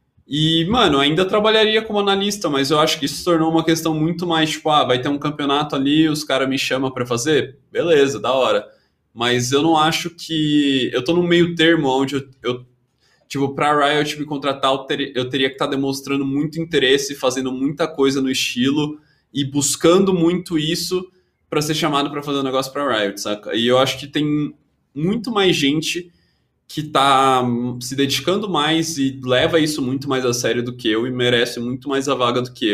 E, mano, ainda trabalharia como analista, mas eu acho que isso se tornou uma questão muito mais, tipo, vai ter um campeonato ali, os caras me chamam pra fazer? Beleza, da hora. Mas eu não acho que... Eu tô no meio termo onde eu tipo, pra Riot me contratar, eu teria que estar demonstrando muito interesse, fazendo muita coisa no estilo e buscando muito isso pra ser chamado pra fazer um negócio pra Riot, saca? E eu acho que tem muito mais gente que tá se dedicando mais e leva isso muito mais a sério do que eu e merece muito mais a vaga do que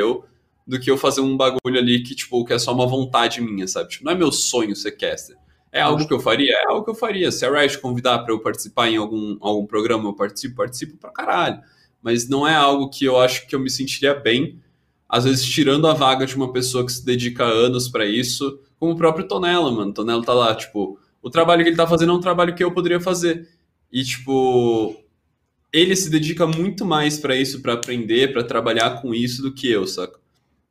eu fazer um bagulho ali que, tipo, que é só uma vontade minha, sabe? Tipo, não é meu sonho ser caster. É algo que eu faria? É algo que eu faria. Se a Riot convidar pra eu participar em algum programa, eu participo pra caralho. Mas não é algo que eu acho que eu me sentiria bem, às vezes tirando a vaga de uma pessoa que se dedica anos pra isso, como o próprio Tonelo, mano. O Tonelo tá lá, tipo, o trabalho que ele tá fazendo é um trabalho que eu poderia fazer. E, tipo, ele se dedica muito mais pra isso, pra aprender, pra trabalhar com isso do que eu, saca?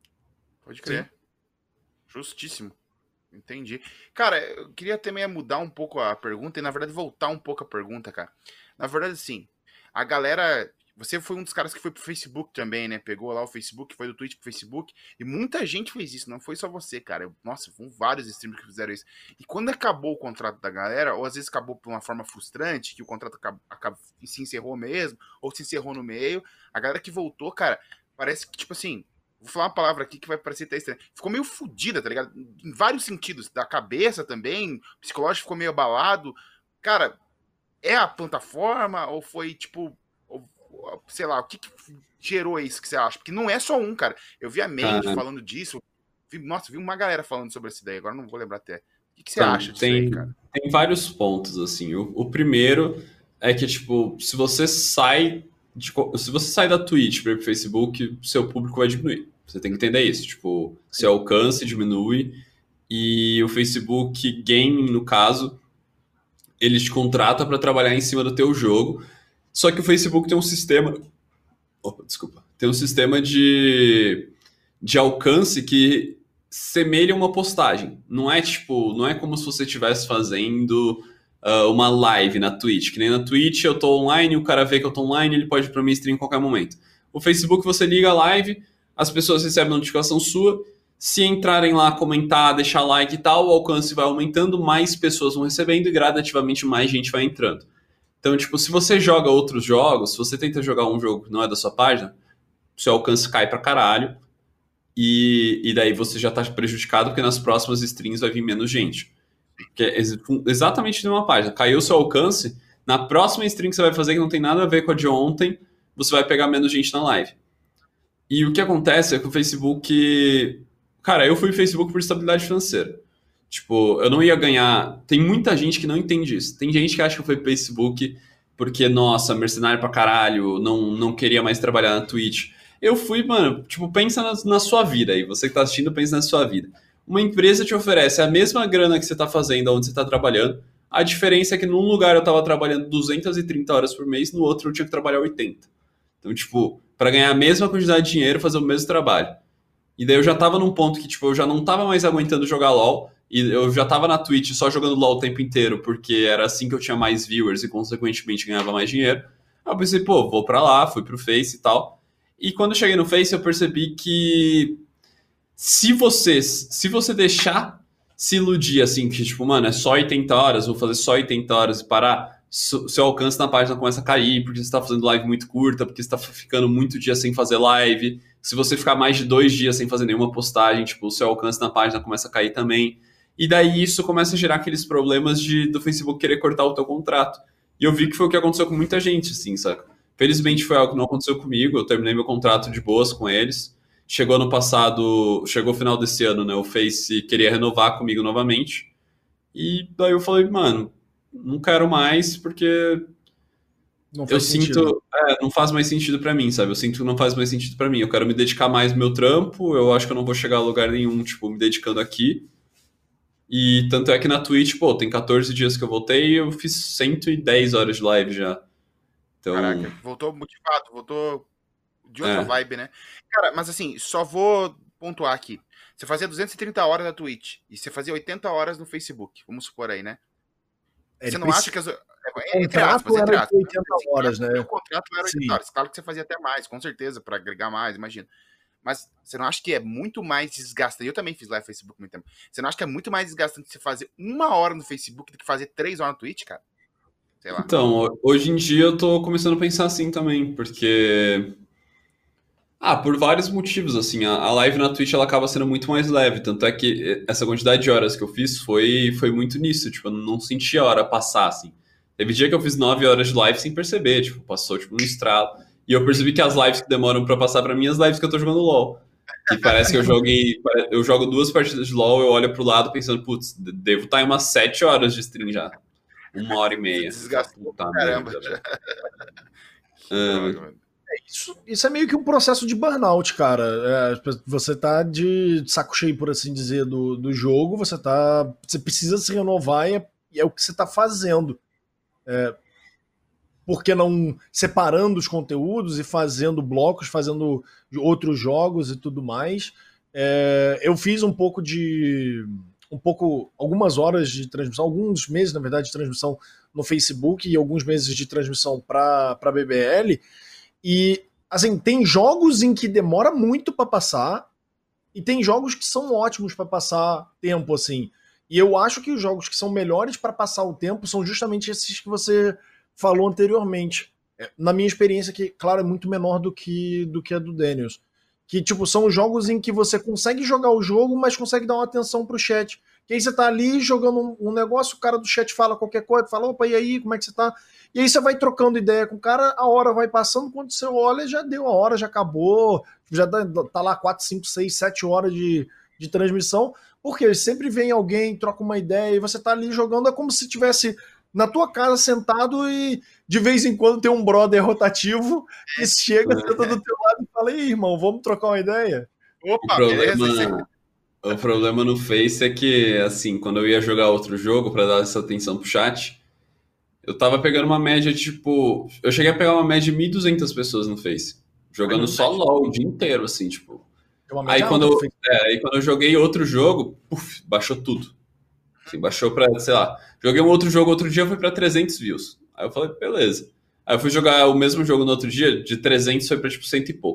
Pode crer. Sim. Justíssimo. Entendi. Cara, eu queria também mudar um pouco a pergunta e, na verdade, voltar um pouco a pergunta, cara. Na verdade, sim, a galera... Você foi um dos caras que foi pro Facebook também, né? Pegou lá o Facebook, foi do Twitch pro Facebook. E muita gente fez isso, não foi só você, cara. Nossa, foram vários streamers que fizeram isso. E quando acabou o contrato da galera, ou às vezes acabou por uma forma frustrante, que o contrato se encerrou mesmo, ou se encerrou no meio, a galera que voltou, cara, parece que, tipo assim... Vou falar uma palavra aqui que vai parecer até estranha. Ficou meio fodida, tá ligado? Em vários sentidos. Da cabeça também, o psicológico ficou meio abalado. Cara, é a plataforma ou foi, tipo... sei lá, o que gerou isso que você acha? Porque não é só um, cara. Eu vi a Mandy falando disso. Vi uma galera falando sobre essa ideia. Agora não vou lembrar até. O que você acha disso aí, cara? Tem vários pontos, assim. O primeiro é que, tipo, se você sai da Twitch para o Facebook, seu público vai diminuir. Você tem que entender isso. Tipo, seu alcance diminui e o Facebook Gaming, no caso, ele te contrata para trabalhar em cima do teu jogo. Só que o Facebook tem um sistema... Tem um sistema de alcance que semelha uma postagem. Não é como se você estivesse fazendo uma live na Twitch. Que nem na Twitch eu tô online, o cara vê que eu tô online, ele pode ir pra minha stream em qualquer momento. O Facebook você liga a live, as pessoas recebem notificação sua, se entrarem lá, comentar, deixar like e tal, o alcance vai aumentando, mais pessoas vão recebendo e gradativamente mais gente vai entrando. Então, tipo, se você joga outros jogos, se você tenta jogar um jogo que não é da sua página, seu alcance cai pra caralho e daí você já tá prejudicado porque nas próximas streams vai vir menos gente. Que é exatamente de uma página. Caiu seu alcance, na próxima stream que você vai fazer, que não tem nada a ver com a de ontem, você vai pegar menos gente na live. E o que acontece é que o Facebook... Cara, eu fui Facebook por estabilidade financeira. Tipo, eu não ia ganhar... Tem muita gente que não entende isso. Tem gente que acha que eu fui pro Facebook porque, nossa, mercenário pra caralho, não queria mais trabalhar na Twitch. Eu fui, mano, tipo, pensa na sua vida aí. Você que tá assistindo, pensa na sua vida. Uma empresa te oferece a mesma grana que você tá fazendo, onde você tá trabalhando. A diferença é que num lugar eu tava trabalhando 230 horas por mês, no outro eu tinha que trabalhar 80. Então, tipo, para ganhar a mesma quantidade de dinheiro, fazer o mesmo trabalho. E daí eu já tava num ponto que, tipo, eu já não tava mais aguentando jogar LoL, e eu já tava na Twitch só jogando LoL o tempo inteiro, porque era assim que eu tinha mais viewers e, consequentemente, ganhava mais dinheiro. Aí eu pensei, pô, vou pra lá, fui pro Face e tal. E quando eu cheguei no Face, eu percebi que se você deixar se iludir, assim, que, tipo, mano, é só 80 horas, vou fazer só 80 horas e parar, seu alcance na página começa a cair, porque você tá fazendo live muito curta, porque você tá ficando muito dia sem fazer live. Se você ficar mais de 2 dias sem fazer nenhuma postagem, tipo, o seu alcance na página começa a cair também. E daí isso começa a gerar aqueles problemas do Facebook querer cortar o teu contrato. E eu vi que foi o que aconteceu com muita gente, assim, saca? Felizmente foi algo que não aconteceu comigo, eu terminei meu contrato de boas com eles. Chegou ano passado, chegou o final desse ano, né? O Face queria renovar comigo novamente. E daí eu falei, mano, não quero mais porque eu sinto, não faz mais sentido pra mim, sabe? Eu sinto que não faz mais sentido pra mim. Eu quero me dedicar mais ao meu trampo, eu acho que eu não vou chegar a lugar nenhum, tipo, me dedicando aqui. E tanto é que na Twitch, pô, tem 14 dias que eu voltei e eu fiz 110 horas de live já. Então... Caraca, voltou motivado, voltou de outra vibe, né? Cara, mas assim, só vou pontuar aqui. Você fazia 230 horas na Twitch e você fazia 80 horas no Facebook, vamos supor aí, né? Você não acha que... Entre aspas, 80 horas, né? O contrato era 80 horas. Claro que você fazia até mais, com certeza, para agregar mais, imagina. Mas você não acha que é muito mais desgastante? Eu também fiz live no Facebook muito tempo. Você não acha que é muito mais desgastante você fazer 1 hora no Facebook do que fazer 3 horas no Twitch, cara? Sei lá. Então, hoje em dia eu tô começando a pensar assim também, porque... por vários motivos, assim, a live na Twitch ela acaba sendo muito mais leve, tanto é que essa quantidade de horas que eu fiz foi muito nisso, tipo, eu não senti a hora passar, assim. Teve dia que eu fiz 9 horas de live sem perceber, tipo, passou, tipo, no estralo. E eu percebi que as lives que demoram pra passar pra mim, as lives que eu tô jogando LoL. E parece que eu jogo 2 partidas de LoL, eu olho pro lado pensando, putz, devo estar em umas 7 horas de stream já. 1h30. Desgastou caramba. Isso é meio que um processo de burnout, cara. Você tá de saco cheio, por assim dizer, do jogo, você precisa se renovar e é o que você tá fazendo. Por que não separando os conteúdos e fazendo blocos, fazendo outros jogos e tudo mais? Eu fiz algumas horas de transmissão, alguns meses, na verdade, de transmissão no Facebook e alguns meses de transmissão para BBL. E, assim, tem jogos em que demora muito para passar e tem jogos que são ótimos para passar tempo, assim. E eu acho que os jogos que são melhores para passar o tempo são justamente esses que você falou anteriormente. Na minha experiência, que, claro, é muito menor do que a do Daniels. Que, tipo, são jogos em que você consegue jogar o jogo, mas consegue dar uma atenção pro chat. Que aí você tá ali jogando um negócio, o cara do chat fala qualquer coisa, fala, opa, e aí, como é que você tá? E aí você vai trocando ideia com o cara, a hora vai passando, quando você olha, já deu a hora, já acabou, já tá lá 4, 5, 6, 7 horas de transmissão, porque sempre vem alguém, troca uma ideia, e você tá ali jogando, é como se tivesse na tua casa sentado e de vez em quando tem um brother rotativo que chega, senta do teu lado e fala, ei, irmão, vamos trocar uma ideia? Opa, o problema no Face é que, assim, quando eu ia jogar outro jogo pra dar essa atenção pro chat, eu tava pegando uma média, tipo... Eu cheguei a pegar uma média de 1.200 pessoas no Face, jogando só LoL o dia inteiro, assim, tipo... Aí quando eu joguei outro jogo, baixou tudo. Assim, baixou pra, sei lá... Joguei um outro jogo outro dia, foi pra 300 views. Aí eu falei, beleza. Aí eu fui jogar o mesmo jogo no outro dia, de 300 foi pra, tipo, 100 e poucos.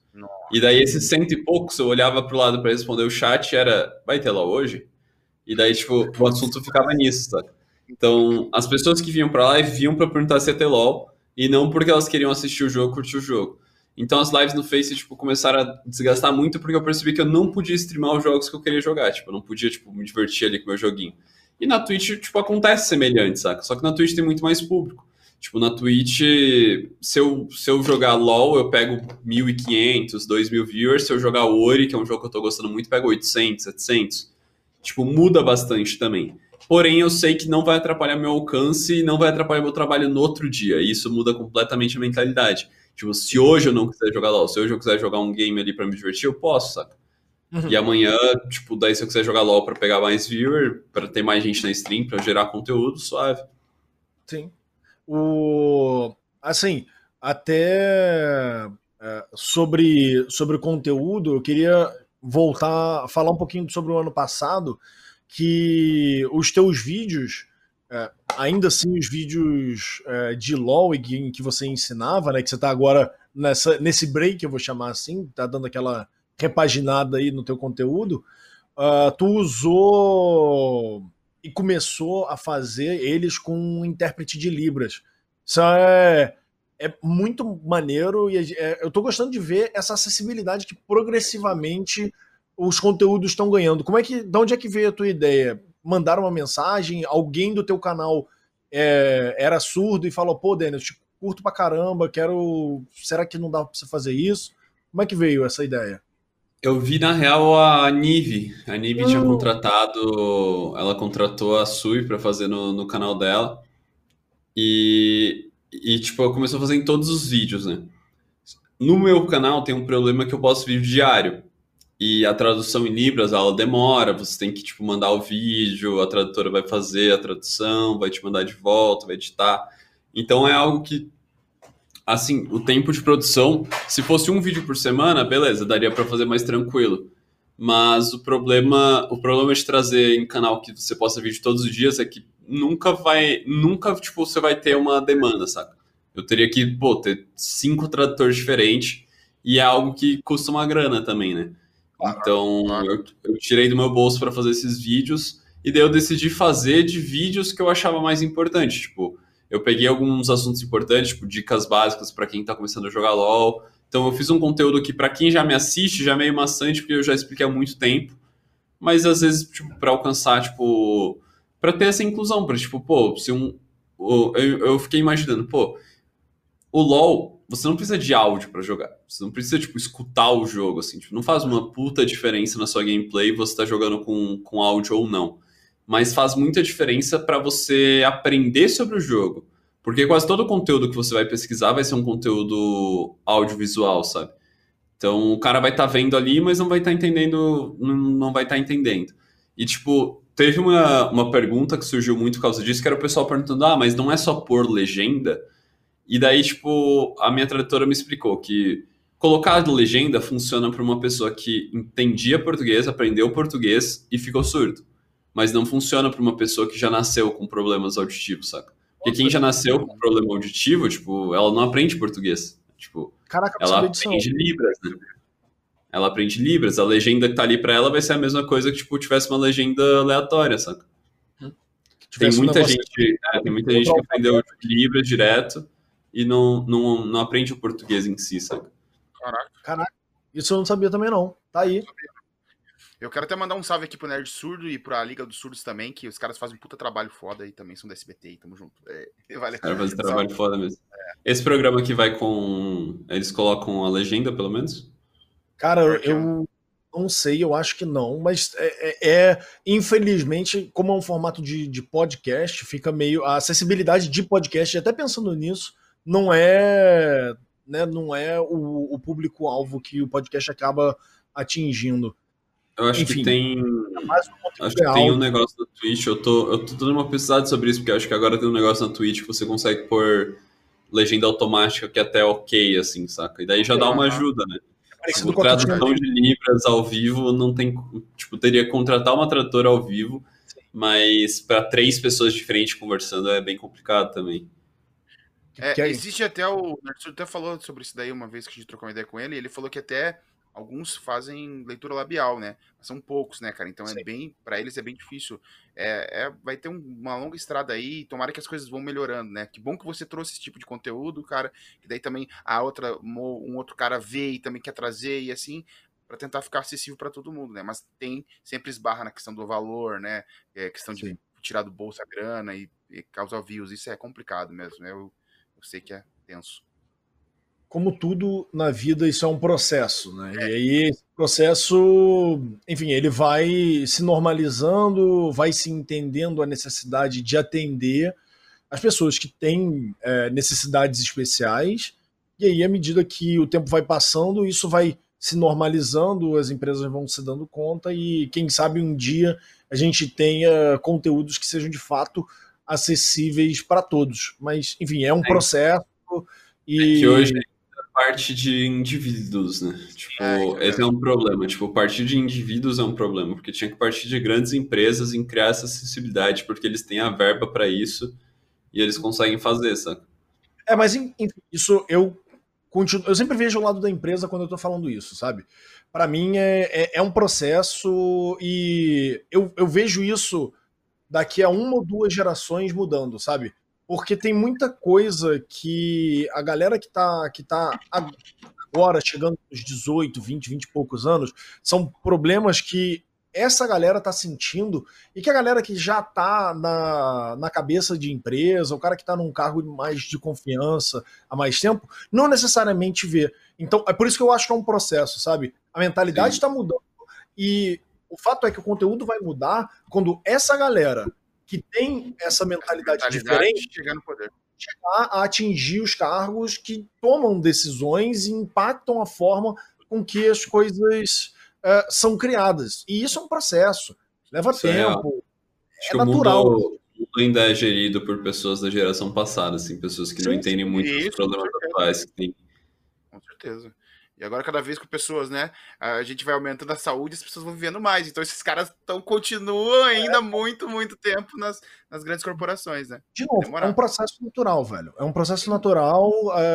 Nossa. E daí esses cento e poucos, eu olhava pro lado para responder o chat, era, vai ter LOL hoje? E daí, tipo, o assunto ficava nisso, sabe? Então, as pessoas que vinham pra live vinham pra perguntar se ia ter LOL, e não porque elas queriam assistir o jogo, curtir o jogo. Então, as lives no Face, tipo, começaram a desgastar muito porque eu percebi que eu não podia streamar os jogos que eu queria jogar, tipo, eu não podia, tipo, me divertir ali com o meu joguinho. E na Twitch, tipo, acontece semelhante, saca? Só que na Twitch tem muito mais público. Tipo, na Twitch, se eu jogar LoL, eu pego 1.500, 2.000 viewers. Se eu jogar Ori, que é um jogo que eu tô gostando muito, pego 800, 700. Tipo, muda bastante também. Porém, eu sei que não vai atrapalhar meu alcance e não vai atrapalhar meu trabalho no outro dia. E isso muda completamente a mentalidade. Tipo, se hoje eu não quiser jogar LoL, se hoje eu quiser jogar um game ali pra me divertir, eu posso, saca? E amanhã, tipo, daí se eu quiser jogar LoL pra pegar mais viewer, pra ter mais gente na stream, pra gerar conteúdo, suave. Sim. Assim, até sobre o conteúdo, eu queria voltar a falar um pouquinho sobre o ano passado, que os teus vídeos, ainda assim os vídeos de LoL em que você ensinava, né, que você está agora nesse break, eu vou chamar assim, tá dando aquela repaginada aí no teu conteúdo, tu usou e começou a fazer eles com um intérprete de Libras. Isso é muito maneiro e eu tô gostando de ver essa acessibilidade que progressivamente os conteúdos estão ganhando. De onde é que veio a tua ideia? Mandaram uma mensagem? Alguém do teu canal era surdo e falou, pô, Denis, te curto pra caramba, quero... Será que não dá pra você fazer isso? Como é que veio essa ideia? Eu vi, na real, a Nive. A Nive tinha contratado. Ela contratou a Sui pra fazer no canal dela. Tipo, ela começou a fazer em todos os vídeos, né? No meu canal tem um problema que eu posto vídeo diário. E a tradução em Libras, ela demora. Você tem que, tipo, mandar o vídeo, a tradutora vai fazer a tradução, vai te mandar de volta, vai editar. Então é algo que, assim, o tempo de produção, se fosse um vídeo por semana, beleza, daria para fazer mais tranquilo. Mas o problema de trazer em canal que você posta vídeo todos os dias é que nunca, tipo, você vai ter uma demanda, saca? Eu teria que, pô, ter 5 tradutores diferentes e é algo que custa uma grana também, né? Então, eu tirei do meu bolso para fazer esses vídeos e daí eu decidi fazer de vídeos que eu achava mais importante, tipo, eu peguei alguns assuntos importantes, tipo dicas básicas para quem tá começando a jogar LoL. Então eu fiz um conteúdo que para quem já me assiste já é meio maçante, porque eu já expliquei há muito tempo, mas às vezes tipo para alcançar, tipo, para ter essa inclusão, para tipo, pô, se eu fiquei imaginando, pô, o LoL, você não precisa de áudio para jogar. Você não precisa, tipo, escutar o jogo, assim. Tipo, não faz uma puta diferença na sua gameplay você tá jogando com áudio ou não. Mas faz muita diferença para você aprender sobre o jogo. Porque quase todo o conteúdo que você vai pesquisar vai ser um conteúdo audiovisual, sabe? Então, o cara vai estar vendo ali, mas não vai estar entendendo, não vai estar entendendo. E, tipo, teve uma pergunta que surgiu muito por causa disso, que era o pessoal perguntando, mas não é só pôr legenda? E daí, tipo, a minha tradutora me explicou que colocar a legenda funciona para uma pessoa que entendia português, aprendeu português e ficou surdo. Mas não funciona para uma pessoa que já nasceu com problemas auditivos, saca? Porque quem já nasceu com problema auditivo, tipo, ela não aprende português. Tipo, Caraca, eu não ela sabia disso não. aprende Libras, né? Ela aprende Libras. A legenda que tá ali para ela vai ser a mesma coisa que, tipo, tivesse uma legenda aleatória, saca? Tem muita gente que aprendeu Libras direto e não aprende o português em si, sabe? Caraca, isso eu não sabia também não. Tá aí. Eu quero até mandar um salve aqui pro Nerd Surdo e pra Liga dos Surdos também, que os caras fazem um puta trabalho foda e também são da SBT e tamo junto. Vale. Os caras fazem trabalho foda mesmo. Esse programa aqui vai com... Eles colocam a legenda, pelo menos? Cara, eu não sei, eu acho que não, mas infelizmente, como é um formato de podcast, fica meio. A acessibilidade de podcast, até pensando nisso, não é, né, não é o público-alvo que o podcast acaba atingindo. Eu acho Enfim, que tem. mais um conteúdo Acho que real. tem um negócio na Twitch. Eu tô dando uma pesquisada sobre isso, porque eu acho que agora tem um negócio na Twitch que você consegue pôr legenda automática que é até ok, assim, saca? E daí já dá uma ajuda, né? Parecido Tipo, com a tradução de Libras ao vivo não tem. Tipo, teria que contratar uma tradutora ao vivo, mas para 3 pessoas diferentes conversando é bem complicado também. Existe até o Arthur até falou sobre isso daí uma vez que a gente trocou uma ideia com ele, e ele falou que até alguns fazem leitura labial, né? São poucos, né, cara? Então para eles é bem difícil. Vai ter uma longa estrada aí, tomara que as coisas vão melhorando, né? Que bom que você trouxe esse tipo de conteúdo, cara, que daí também um outro cara vê e também quer trazer, e assim, para tentar ficar acessível para todo mundo, né? Mas sempre esbarra na questão do valor, né? Questão de tirar do bolso a grana e causar views, isso é complicado mesmo, né? Eu sei que é tenso. Como tudo na vida, isso é um processo, né? E aí, esse processo, enfim, ele vai se normalizando, vai se entendendo a necessidade de atender as pessoas que têm necessidades especiais, e aí, à medida que o tempo vai passando, isso vai se normalizando, as empresas vão se dando conta, e quem sabe um dia a gente tenha conteúdos que sejam de fato acessíveis para todos. Mas, enfim, é um processo. Que hoje é parte de indivíduos, né? Tipo, esse é um problema. Tipo, partir de indivíduos é um problema, porque tinha que partir de grandes empresas em criar essa acessibilidade, porque eles têm a verba para isso e eles conseguem fazer, sabe? Mas enfim, isso eu sempre vejo o lado da empresa quando eu tô falando isso, sabe? Para mim é um processo, e eu vejo isso daqui a 1 ou 2 gerações mudando, sabe? Porque tem muita coisa que a galera que tá agora chegando aos 18, 20 e poucos anos, são problemas que essa galera tá sentindo, e que a galera que já tá na cabeça de empresa, o cara que tá num cargo mais de confiança há mais tempo, não necessariamente vê. Então, é por isso que eu acho que é um processo, sabe? A mentalidade está mudando, e o fato é que o conteúdo vai mudar quando essa galera que tem essa mentalidade diferente chegar no poder, chegar a atingir os cargos que tomam decisões e impactam a forma com que as coisas são criadas. E isso é um processo, leva tempo, é natural. O mundo ainda é gerido por pessoas da geração passada, assim, pessoas que não entendem muito os problemas atuais que tem. Com certeza. E agora, cada vez que pessoas, né, a gente vai aumentando a saúde, as pessoas vão vivendo mais. Então, esses caras continuam ainda muito tempo nas grandes corporações, né? De novo, é um processo natural, velho. É um processo natural.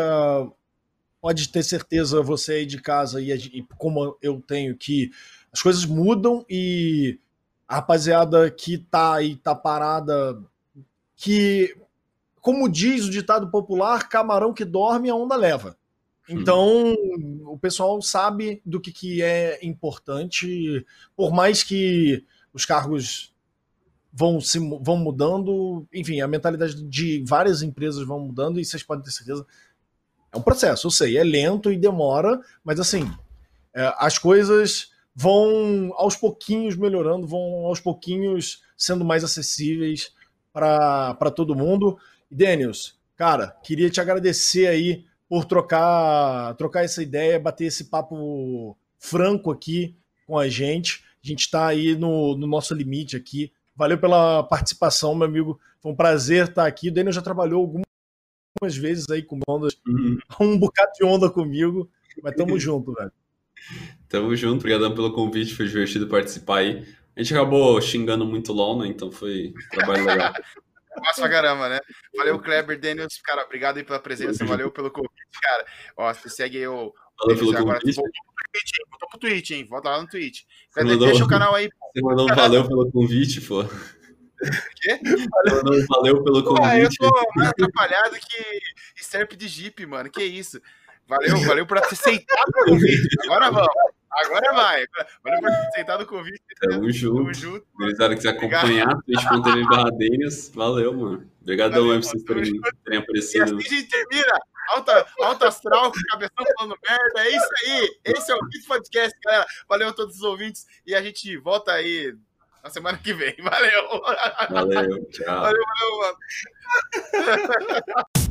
Pode ter certeza, você aí de casa, e como eu tenho, que as coisas mudam, e a rapaziada que tá aí, tá parada, que, como diz o ditado popular, camarão que dorme, a onda leva. Então, o pessoal sabe do que é importante, por mais que os cargos vão mudando, enfim, a mentalidade de várias empresas vão mudando, e vocês podem ter certeza, é um processo, eu sei, é lento e demora, mas assim, as coisas vão aos pouquinhos melhorando, vão aos pouquinhos sendo mais acessíveis para todo mundo. E Daniels, cara, queria te agradecer aí por trocar essa ideia, bater esse papo franco aqui com a gente. A gente está aí no nosso limite aqui. Valeu pela participação, meu amigo. Foi um prazer estar aqui. O Daniel já trabalhou algumas vezes aí com ondas, um bocado de onda comigo, mas tamo junto, velho. Tamo junto, obrigadão pelo convite, foi divertido participar aí. A gente acabou xingando muito LOL, né? Então foi um trabalho legal. Massa pra caramba, né? Valeu, Kleber, Daniels, cara, obrigado aí pela presença, valeu pelo convite, cara. Ó, você segue aí o... Valeu pelo agora, convite. Voltou pro Twitch, hein? Volta lá no Twitch. Deixa o canal aí. Você mandou um valeu pelo convite, pô. O quê? Valeu pelo convite. Eu tô mais atrapalhado que Serp de Jeep, mano. Que isso? Valeu por aceitar o convite. Agora vamos. Agora vai. Valeu por aceitar o convite. Tamo junto. Gurizada, quiser acompanhar, twitch.tv/Daniels. Valeu, mano. Obrigadão aí pra vocês terem aparecido. E assim a gente termina. Alto astral, cabeção falando merda. É isso aí. Esse é o Beats Podcast, galera. Valeu a todos os ouvintes. E a gente volta aí na semana que vem. Valeu. Valeu, tchau. Valeu, mano.